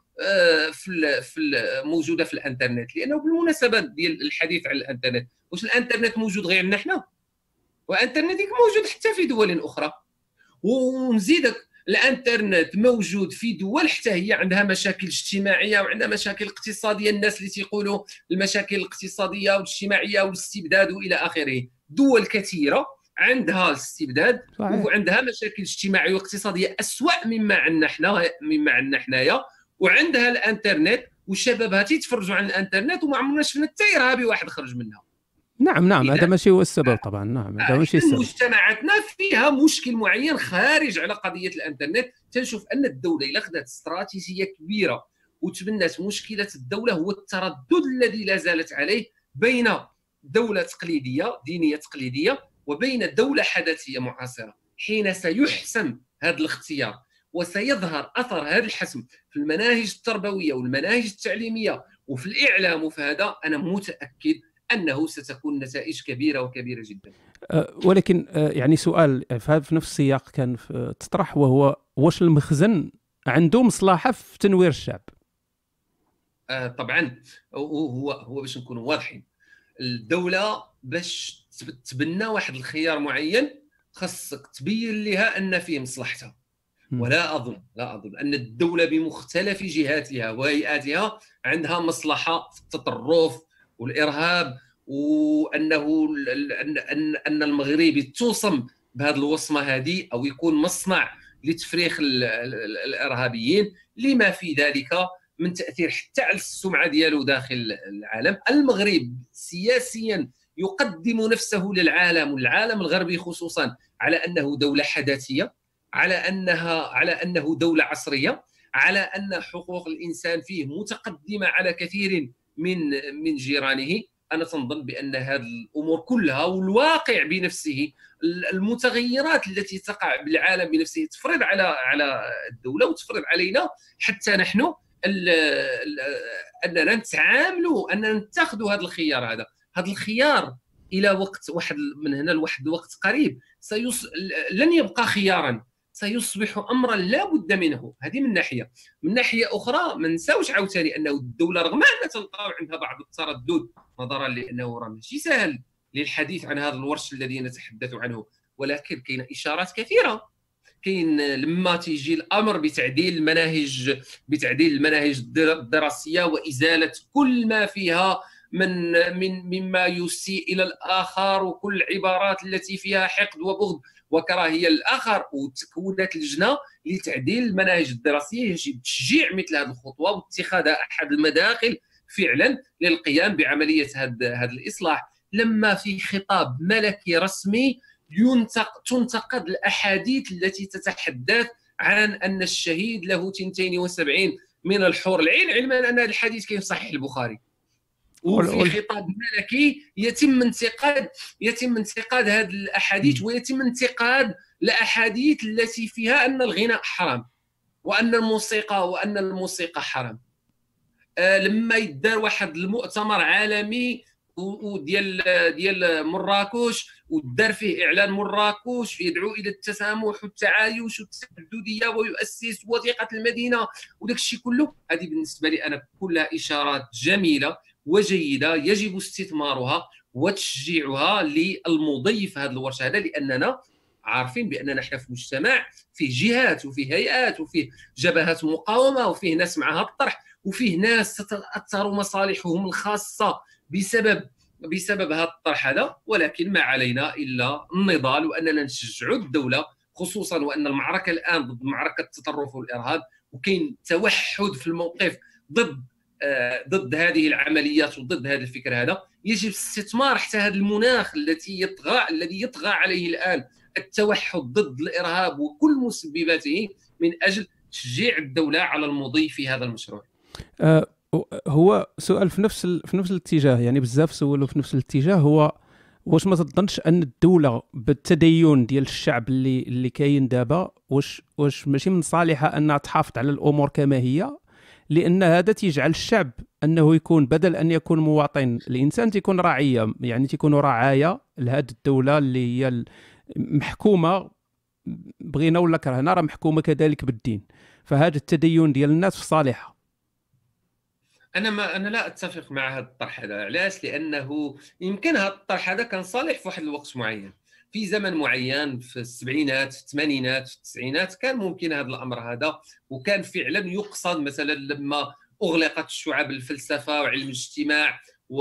موجوده في الانترنت. لانه بالمناسبه ديال الحديث عن الانترنت، واش الانترنت موجود غير عندنا حنا؟ والانترنت موجود حتى في دول اخرى. ونزيدك الانترنت موجود في دول حتى هي عندها مشاكل اجتماعيه وعندها مشاكل اقتصاديه، الناس اللي تيقولوا المشاكل الاقتصاديه والاجتماعيه والاستبداد والى اخره. دول كثيره عندها الاستبداد وعندها مشاكل اجتماعيه واقتصاديه اسوأ مما عندنا حنايا، وعندها الانترنت وشبابها تيتفرجوا على الانترنت وما عمرنا شفنا حتى ارهابي واحد خرج منها. نعم هذا ماشي هو السبب طبعا. نعم هذا ماشي السبب. مجتمعاتنا فيها مشكل معين خارج على قضيه الانترنت. تنشوف ان الدوله الا خدات استراتيجيه كبيره وتبنت مشكله الدوله هو التردد الذي لا زالت عليه بين دوله تقليديه دينيه تقليديه وبين دوله حداثيه معاصره. حين سيحسم هذا الاختيار وسيظهر اثر هذا الحسم في المناهج التربويه والمناهج التعليميه وفي الاعلام وفي هذا، انا متاكد انه ستكون نتائج كبيره وكبيره جدا. ولكن يعني سؤال في نفس السياق كان تطرح، وهو واش المخزن عنده مصلحه في تنوير الشعب؟ طبعا هو باش نكونوا واضحين، الدوله باش تبنى واحد الخيار معين خاصك تبين لها ان فيه مصلحتها. ولا اظن ان الدوله بمختلف جهاتها وهيئاتها عندها مصلحه في التطرف والارهاب، وانه ان المغربي توصم بهذه الوصمه هذه او يكون مصنع لتفريخ الارهابيين، لما في ذلك من تاثير حتى على السمعه ديالو داخل العالم. المغرب سياسيا يقدم نفسه للعالم والعالم الغربي خصوصا على انه دوله حداثيه، على انه دوله عصريه، على ان حقوق الانسان فيه متقدمه على كثير من جيرانه. انا تنظن بان هذه الامور كلها والواقع بنفسه، المتغيرات التي تقع بالعالم بنفسه تفرض على الدوله وتفرض علينا حتى نحن اننا نتعاملوا، اننا نتخذوا هذا الخيار. هذا الخيار الى وقت واحد من هنا لواحد الوقت قريب لن يبقى خيارا، سيصبح امرا لا بد منه. هذه من ناحيه اخرى ما نساوش عاوتاني انه الدوله رغم ان تلقاو عندها بعض التردد نظرا لانه راه ماشي سهل للحديث عن هذا الورش الذي نتحدث عنه، ولكن كاين اشارات كثيره. كاين لما تيجي الامر بتعديل المناهج الدراسيه وازاله كل ما فيها مما يسيء الى الاخر، وكل العبارات التي فيها حقد وبغض وكراهيه للاخر، وتكونت لجنه لتعديل المناهج الدراسيه. يجب تشجيع مثل هذه الخطوه واتخاذها احد المداخل فعلا للقيام بعمليه هذا الاصلاح. لما في خطاب ملكي رسمي تنتقد الاحاديث التي تتحدث عن ان الشهيد له 72 من الحور العين، علما ان هذا الحديث كاين في صحيح البخاري. وفي خطاب ملكي يتم انتقاد هذه الاحاديث، ويتم انتقاد الاحاديث التي فيها ان الغناء حرام وان الموسيقى حرام. لما يدار واحد المؤتمر عالمي ديال مراكش، ودار فيه اعلان مراكش يدعو الى التسامح والتعايش والتعدديه ويؤسس وثيقه المدينه وداك الشيء كله، هذه بالنسبه لي انا كلها اشارات جميله وجيده يجب استثمارها وتشجيعها للمضي في هذه الورشه هذا، لاننا عارفين باننا احنا في مجتمع فيه جهات وفيه هيئات وفيه جبهات مقاومه وفيه ناس معها الطرح وفيه ناس تتاثر مصالحهم الخاصه بسبب هذا الطرح هذا. ولكن ما علينا الا النضال واننا نشجعوا الدوله، خصوصا وان المعركه الان ضد معركه التطرف والارهاب، وكاين توحد في الموقف ضد هذه العمليات وضد هذا الفكر هذا. يجب استثمار حتى هذا المناخ الذي يطغى عليه الان التوحد ضد الارهاب وكل مسبباته، من اجل تشجيع الدوله على المضي في هذا المشروع. هو سؤال في نفس الاتجاه، يعني بزاف سولوا في نفس الاتجاه. هو واش ما تظنش ان الدوله بالتدين ديال الشعب اللي كاين دابا، واش ماشي من صالحها انها تحافظ على الامور كما هي، لان هذا تيجعل الشعب انه يكون بدل ان يكون مواطن، الانسان تيكون رعيه، يعني تيكونوا رعايه لهذه الدوله اللي هي محكومه بغينا ولا كرهنا، راه محكومه كذلك بالدين. فهذا التدين ديال الناس في صالحها. انا لا اتفق مع هذا الطرح هذا. علاش؟ لانه يمكن هذا الطرح هذا كان صالح في واحد الوقت معين، في زمن معين، في السبعينات، في الثمانينات، في التسعينات، كان ممكن هذا الامر هذا، وكان فعلا يقصد مثلا لما اغلقت شعب الفلسفه وعلم الاجتماع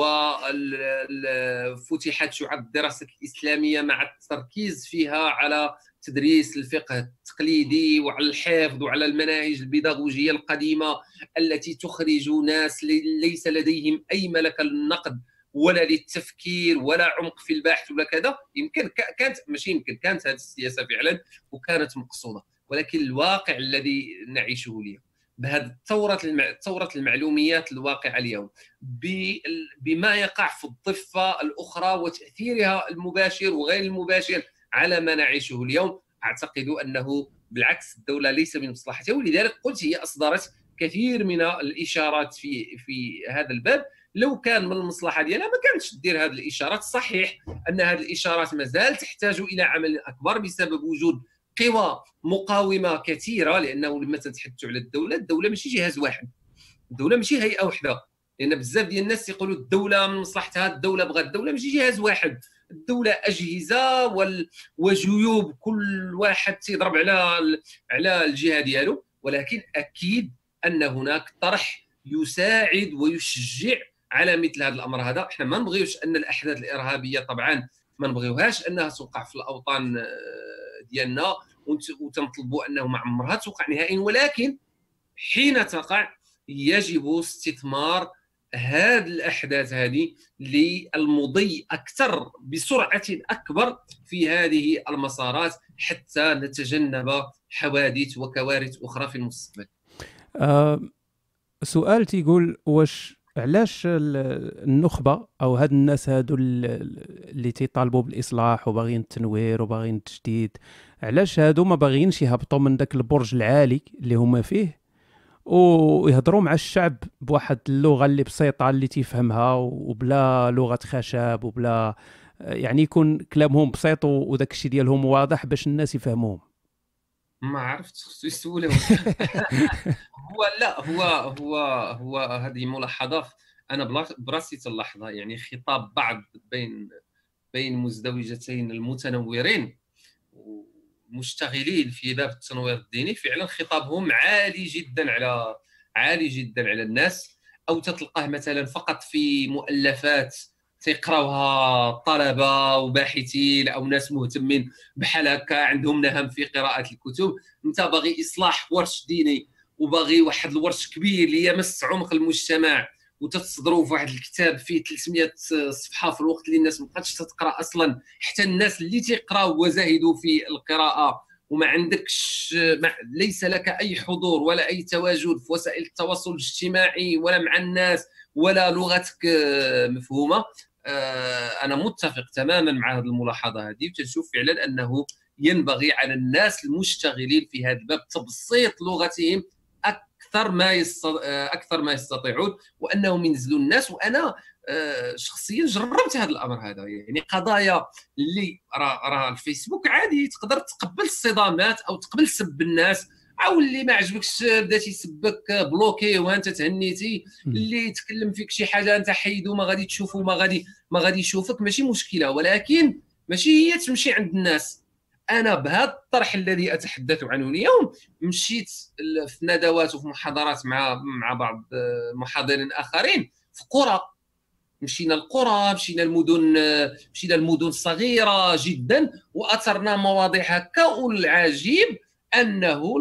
وفتحت شعب الدراسه الاسلاميه مع التركيز فيها على تدريس الفقه التقليدي وعلى الحفظ وعلى المناهج البيداغوجيه القديمه التي تخرج ناس ليس لديهم اي ملكه للنقد ولا للتفكير ولا عمق في البحث ولا كذا. كانت هذه السياسه فعلا وكانت مقصوده. ولكن الواقع الذي نعيشه اليوم بهذه ثورة المعلوميات الواقعة اليوم، بما يقع في الضفة الأخرى وتأثيرها المباشر وغير المباشر على ما نعيشه اليوم، أعتقد أنه بالعكس الدولة ليس من مصلحتها. ولذلك قلت هي أصدرت كثير من الإشارات في هذا الباب. لو كان من المصلحة ديالها ما كانتش دير هذه الإشارات. صحيح أن هذه الإشارات مازال تحتاج إلى عمل أكبر بسبب وجود قوى مقاومه كثيره، لانه لما تتحدثوا على الدوله ماشي جهاز واحد، الدوله ماشي هيئه واحده، لان بزاف ديال الناس يقولوا الدوله من مصلحتها، الدوله بغات، الدوله ماشي جهاز واحد، الدوله اجهزه وجيوب، كل واحد تيضرب على الجهه ديالو. ولكن اكيد ان هناك طرح يساعد ويشجع على مثل هذا الامر هذا. احنا ما نبغيوش ان الاحداث الارهابيه طبعا ما نبغيوهاش انها توقع في الاوطان ديالنا، وتنطلبوا انه ما عمرها توقع نهائيا، ولكن حين تقع يجب استثمار هذه الاحداث هذه للمضي اكثر بسرعه اكبر في هذه المسارات حتى نتجنب حوادث وكوارث اخرى في المستقبل. سؤال تيقول علاش النخبه او هاد الناس هادو اللي تيطالبوا بالاصلاح وباغيين التنوير وباغيين التجديد، علاش هادو ما باغيينش يهبطوا من داك البرج العالي اللي هما فيه ويهضروا مع الشعب بواحد اللغه اللي بسيطه اللي تيفهمها وبلا لغه خشب وبلا، يعني يكون كلامهم بسيط وداك الشيء ديالهم واضح باش الناس يفهموهم؟ ما عرفت خصو يسولهم. هو هذه ملاحظه انا براسي تلاحظها، يعني خطاب بعض بين مزدوجتين المتنورين ومشتغلين في باب التنوير الديني، فعلا خطابهم عالي جدا على الناس. او تتلقاه مثلا فقط في مؤلفات تيقراوها طلبه وباحثين او ناس مهتمين بحال هكا عندهم نهم في قراءه الكتب. انت باغي اصلاح ورش ديني وباغي واحد الورش كبير اللي يمس عمق المجتمع وتتصدروا في واحد الكتاب فيه 300 صفحه في الوقت اللي الناس ما بقاتش تقرا اصلا، حتى الناس اللي تيقراو وزاهدوا في القراءه وما عندكش ليس لك اي حضور ولا اي تواجد في وسائل التواصل الاجتماعي ولا مع الناس ولا لغتك مفهومه. انا متفق تماما مع هذه الملاحظه هذه، وتشوف فعلا انه ينبغي على الناس المشتغلين في هذا الباب تبسيط لغتهم اكثر ما يستطيعون، وانهم ينزلوا الناس. وانا شخصيا جربت هذا الامر هذا، يعني قضايا اللي راه الفيسبوك عادي تقدر تقبل الصدامات او تقبل سب الناس، او اللي ما عجبكش بدا تيسبك بلوكي وانت تهنيتي، اللي يتكلم فيك شي حاجه انت حيدو ما غادي تشوفه ما غادي يشوفك، ماشي مشكله. ولكن ماشي هي تمشي عند الناس. انا بهذا الطرح الذي اتحدث عنه اليوم مشيت في ندوات وفي محاضرات مع بعض محاضرين اخرين في قرى، مشينا القرى، مشينا المدن الصغيره جدا واثرنا مواضيع هكا. والعجيب انه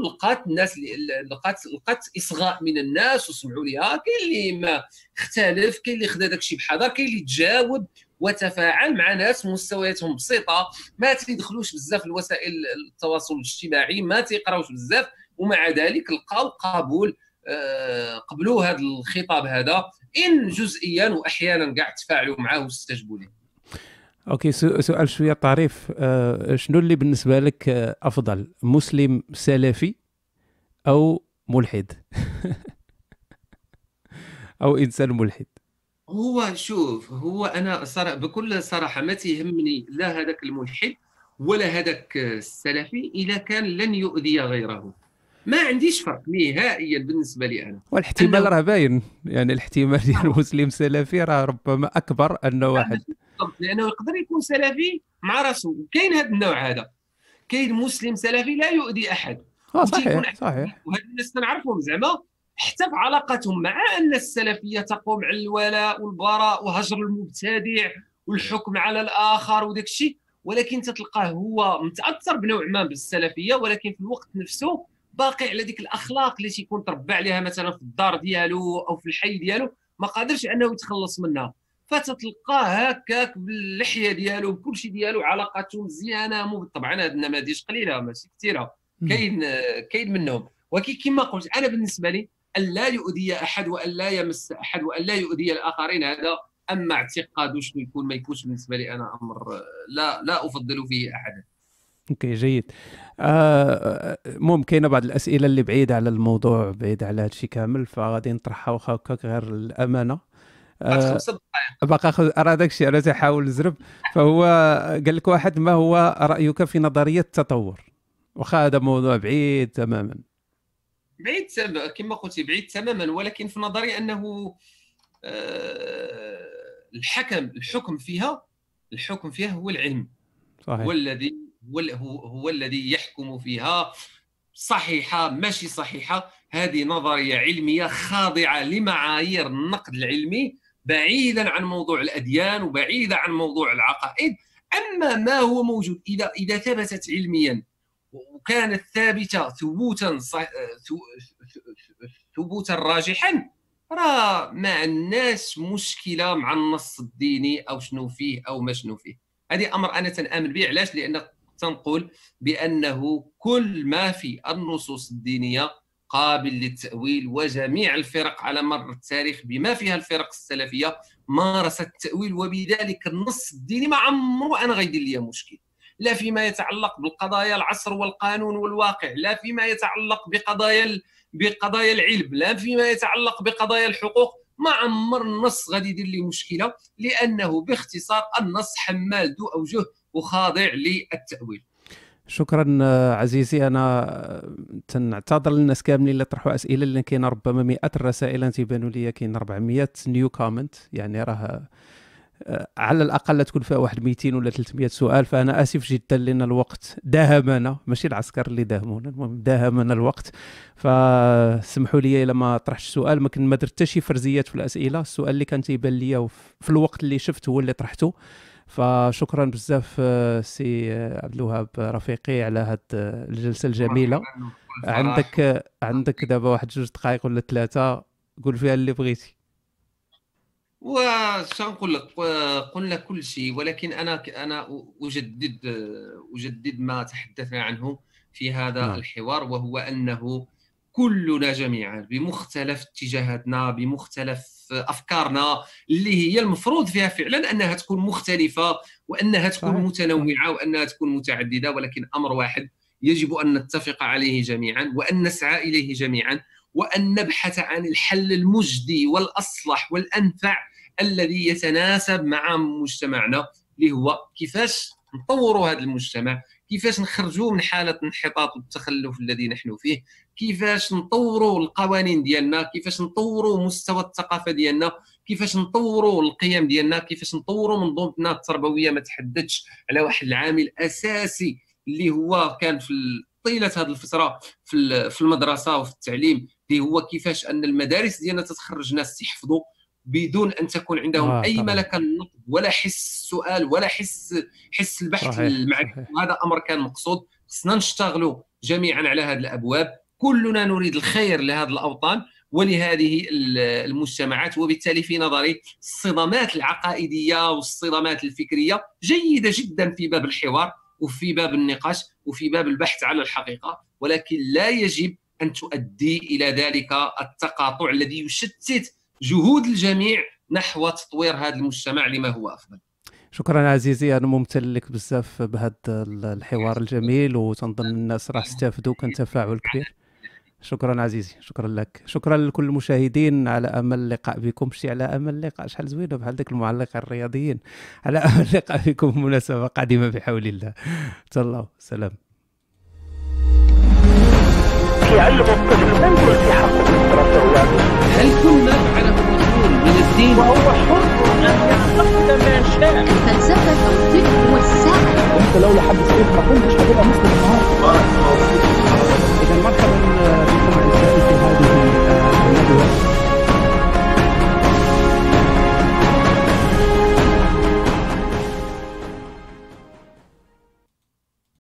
لقات اصغاء من الناس وسمعوا ليها. كاين اللي ما اختلف، كاين اللي خدا داكشي بحذر، كاين اللي تجاوب وتفاعل مع ناس مستوياتهم بسيطه ما تيدخلوش بزاف الوسائل التواصل الاجتماعي، ما تيقراوش بزاف، ومع ذلك لقاو قبول، قبلوا هذا الخطاب هذا ان جزئيا واحيانا كاع تفاعلوا معه واستجابوا له. اوكي، سؤال شويه طريف. شنو اللي بالنسبه لك افضل، مسلم سلفي او ملحد؟ او انسان ملحد؟ شوف، انا بكل صراحه ما تيهمني لا هذاك الملحد ولا هذاك السلفي اذا كان لن يؤذي غيره. ما عنديش فرق نهائيا بالنسبه لي انا. والاحتمال راه باين، يعني الاحتمال ديال مسلم سلفي راه ربما اكبر انه واحد، لانه يقدر يكون سلفي مع راسه. كاين هذا النوع هذا، كاين مسلم سلفي لا يؤذي احد. صحيح. وهاد الناس تنعرفهم زعما حتى في علاقتهم مع ان السلفيه تقوم على الولاء والبراء وهجر المبتدع والحكم على الاخر وداك الشيء، ولكن تتلقاه هو متاثر بنوع ما بالسلفيه، ولكن في الوقت نفسه باقي على ديك الاخلاق اللي تيكون تربى عليها مثلا في الدار ديالو او في الحي ديالو، ما قادرش انه يتخلص منها. فتتلقاه هكاك باللحيه ديالو بكل شيء ديالو، علاقاته مزيانه. طبعا هذه النماذج قليله ماشي كثيره، كاين منهم. ولكن كما قلت انا بالنسبه لي ان لا يؤذي احد وان لا يمس احد وان لا يؤذي الاخرين، هذا اما اعتقاده شنو يكون ما يكونش بالنسبه لي انا امر لا افضل فيه احدا. اوكي، جيد. ممكن بعض الاسئله اللي بعيده على الموضوع، بعيده على هذا الشيء كامل، فغادي نطرحها واخا هكاك غير الامانه. باقي راه داك الشيء انا تحاول نزرب. فهو قال لك واحد: ما هو رايك في نظريه التطور؟ واخا هذا موضوع بعيد تماما، كما قلت بعيد تماما، ولكن في نظري انه الحكم فيها هو العلم. صحيح. هو الذي يحكم فيها. صحيحه ماشي صحيحه، هذه نظريه علميه خاضعه لمعايير النقد العلمي، بعيدا عن موضوع الاديان وبعيدا عن موضوع العقائد. اما ما هو موجود اذا ثبتت علميا وكانت ثابته ثبوتا راجحا، راه ما عندناش مشكله مع النص الديني او شنو فيه او ما شنو فيه. هذه امر انا تنامن به. علاش؟ لان تنقول بانه كل ما في النصوص الدينيه قابل للتاويل، وجميع الفرق على مر التاريخ بما فيها الفرق السلفيه مارست التاويل، وبذلك النص الديني ما عمره انا غيدير لي مشكل، لا فيما يتعلق بالقضايا العصر والقانون والواقع، لا فيما يتعلق بقضايا العلم، لا فيما يتعلق بقضايا الحقوق. ما عمر النص غادي يدير لي مشكله، لانه باختصار النص حمال ذو اوجه وخاضع للتاويل. شكرا عزيزي. انا تنعتذر للناس كاملين اللي طرحوا اسئله، لان كاين ربما مئات الرسائل تيبانوا لي كاين 400 نيو كومنت، يعني راه على الاقل لا تكون فيها واحد 200 ولا 300 سؤال. فانا اسف جدا لان الوقت داهمنا، ماشي العسكر اللي داهمونا، المهم داهمنا الوقت. فسمحوا لي الا ما طرحتش سؤال، ما درت حتى شي فرزيات في الاسئله. السؤال اللي كان تيبان ليا في الوقت اللي شفت هو اللي طرحته. فشكرا بزاف سي عبد الوهاب رفيقي على هاد الجلسه الجميله. عندك دابا واحد 2 دقائق ولا 3 قول فيها اللي بغيتي. واش نقول لك، قلنا كل شيء، ولكن انا اجدد ما تحدثنا عنه في هذا الحوار، وهو انه كلنا جميعا بمختلف اتجاهاتنا بمختلف افكارنا اللي هي المفروض فيها فعلا انها تكون مختلفه وانها تكون متنوعه وانها تكون متعدده، ولكن امر واحد يجب ان نتفق عليه جميعا وان نسعى اليه جميعا، وان نبحث عن الحل المجدي والاصلح والانفع الذي يتناسب مع مجتمعنا، اللي هو كيفاش نطوروا هذا المجتمع، كيفاش نخرجوا من حاله الانحطاط والتخلف الذي نحن فيه، كيفاش نطوروا القوانين ديالنا، كيفاش نطوروا مستوى الثقافه ديالنا، كيفاش نطوروا القيم ديالنا، كيفاش نطوروا منظومتنا التربويه. ما تحددش على واحد العامل اساسي اللي هو كان في طيله هذه الفتره في المدرسه وفي التعليم، اللي هو كيفاش ان المدارس ديالنا تتخرج ناس يحفظوا بدون ان تكون عندهم اي ملكه للنقد ولا حس السؤال ولا حس البحث المعرفي. هذا امر كان مقصود. خصنا نشتغلوا جميعا على هذه الابواب، كلنا نريد الخير لهذه الاوطان ولهذه المجتمعات. وبالتالي في نظري الصدامات العقائديه والصدامات الفكريه جيده جدا في باب الحوار وفي باب النقاش وفي باب البحث على الحقيقه، ولكن لا يجب ان تؤدي الى ذلك التقاطع الذي يشتت جهود الجميع نحو تطوير هذا المجتمع لما هو افضل. شكرا عزيزي، انا ممتن لك بزاف بهذا الحوار الجميل، وتنظن الناس راح استافدوا، كان تفاعل كبير. شكرا عزيزي، شكرا لك، شكرا لكل المشاهدين. على امل اللقاء بكم. مشي على امل اللقاء، شحال زوينه بحال داك المعلق الرياضيين. على امل اللقاء بكم في مناسبه قادمه بحول الله. تهلاو، سلام. يعلم الطفل من يقول في حق الدراسة. هل كنا على الرسول من الدين وهو حر أن يعتقد ما شاء. الفلسفة الطب والساعة. انت لو لحد السيف ما كنتش هتبقى مسلم النهارده. اذا مرحبا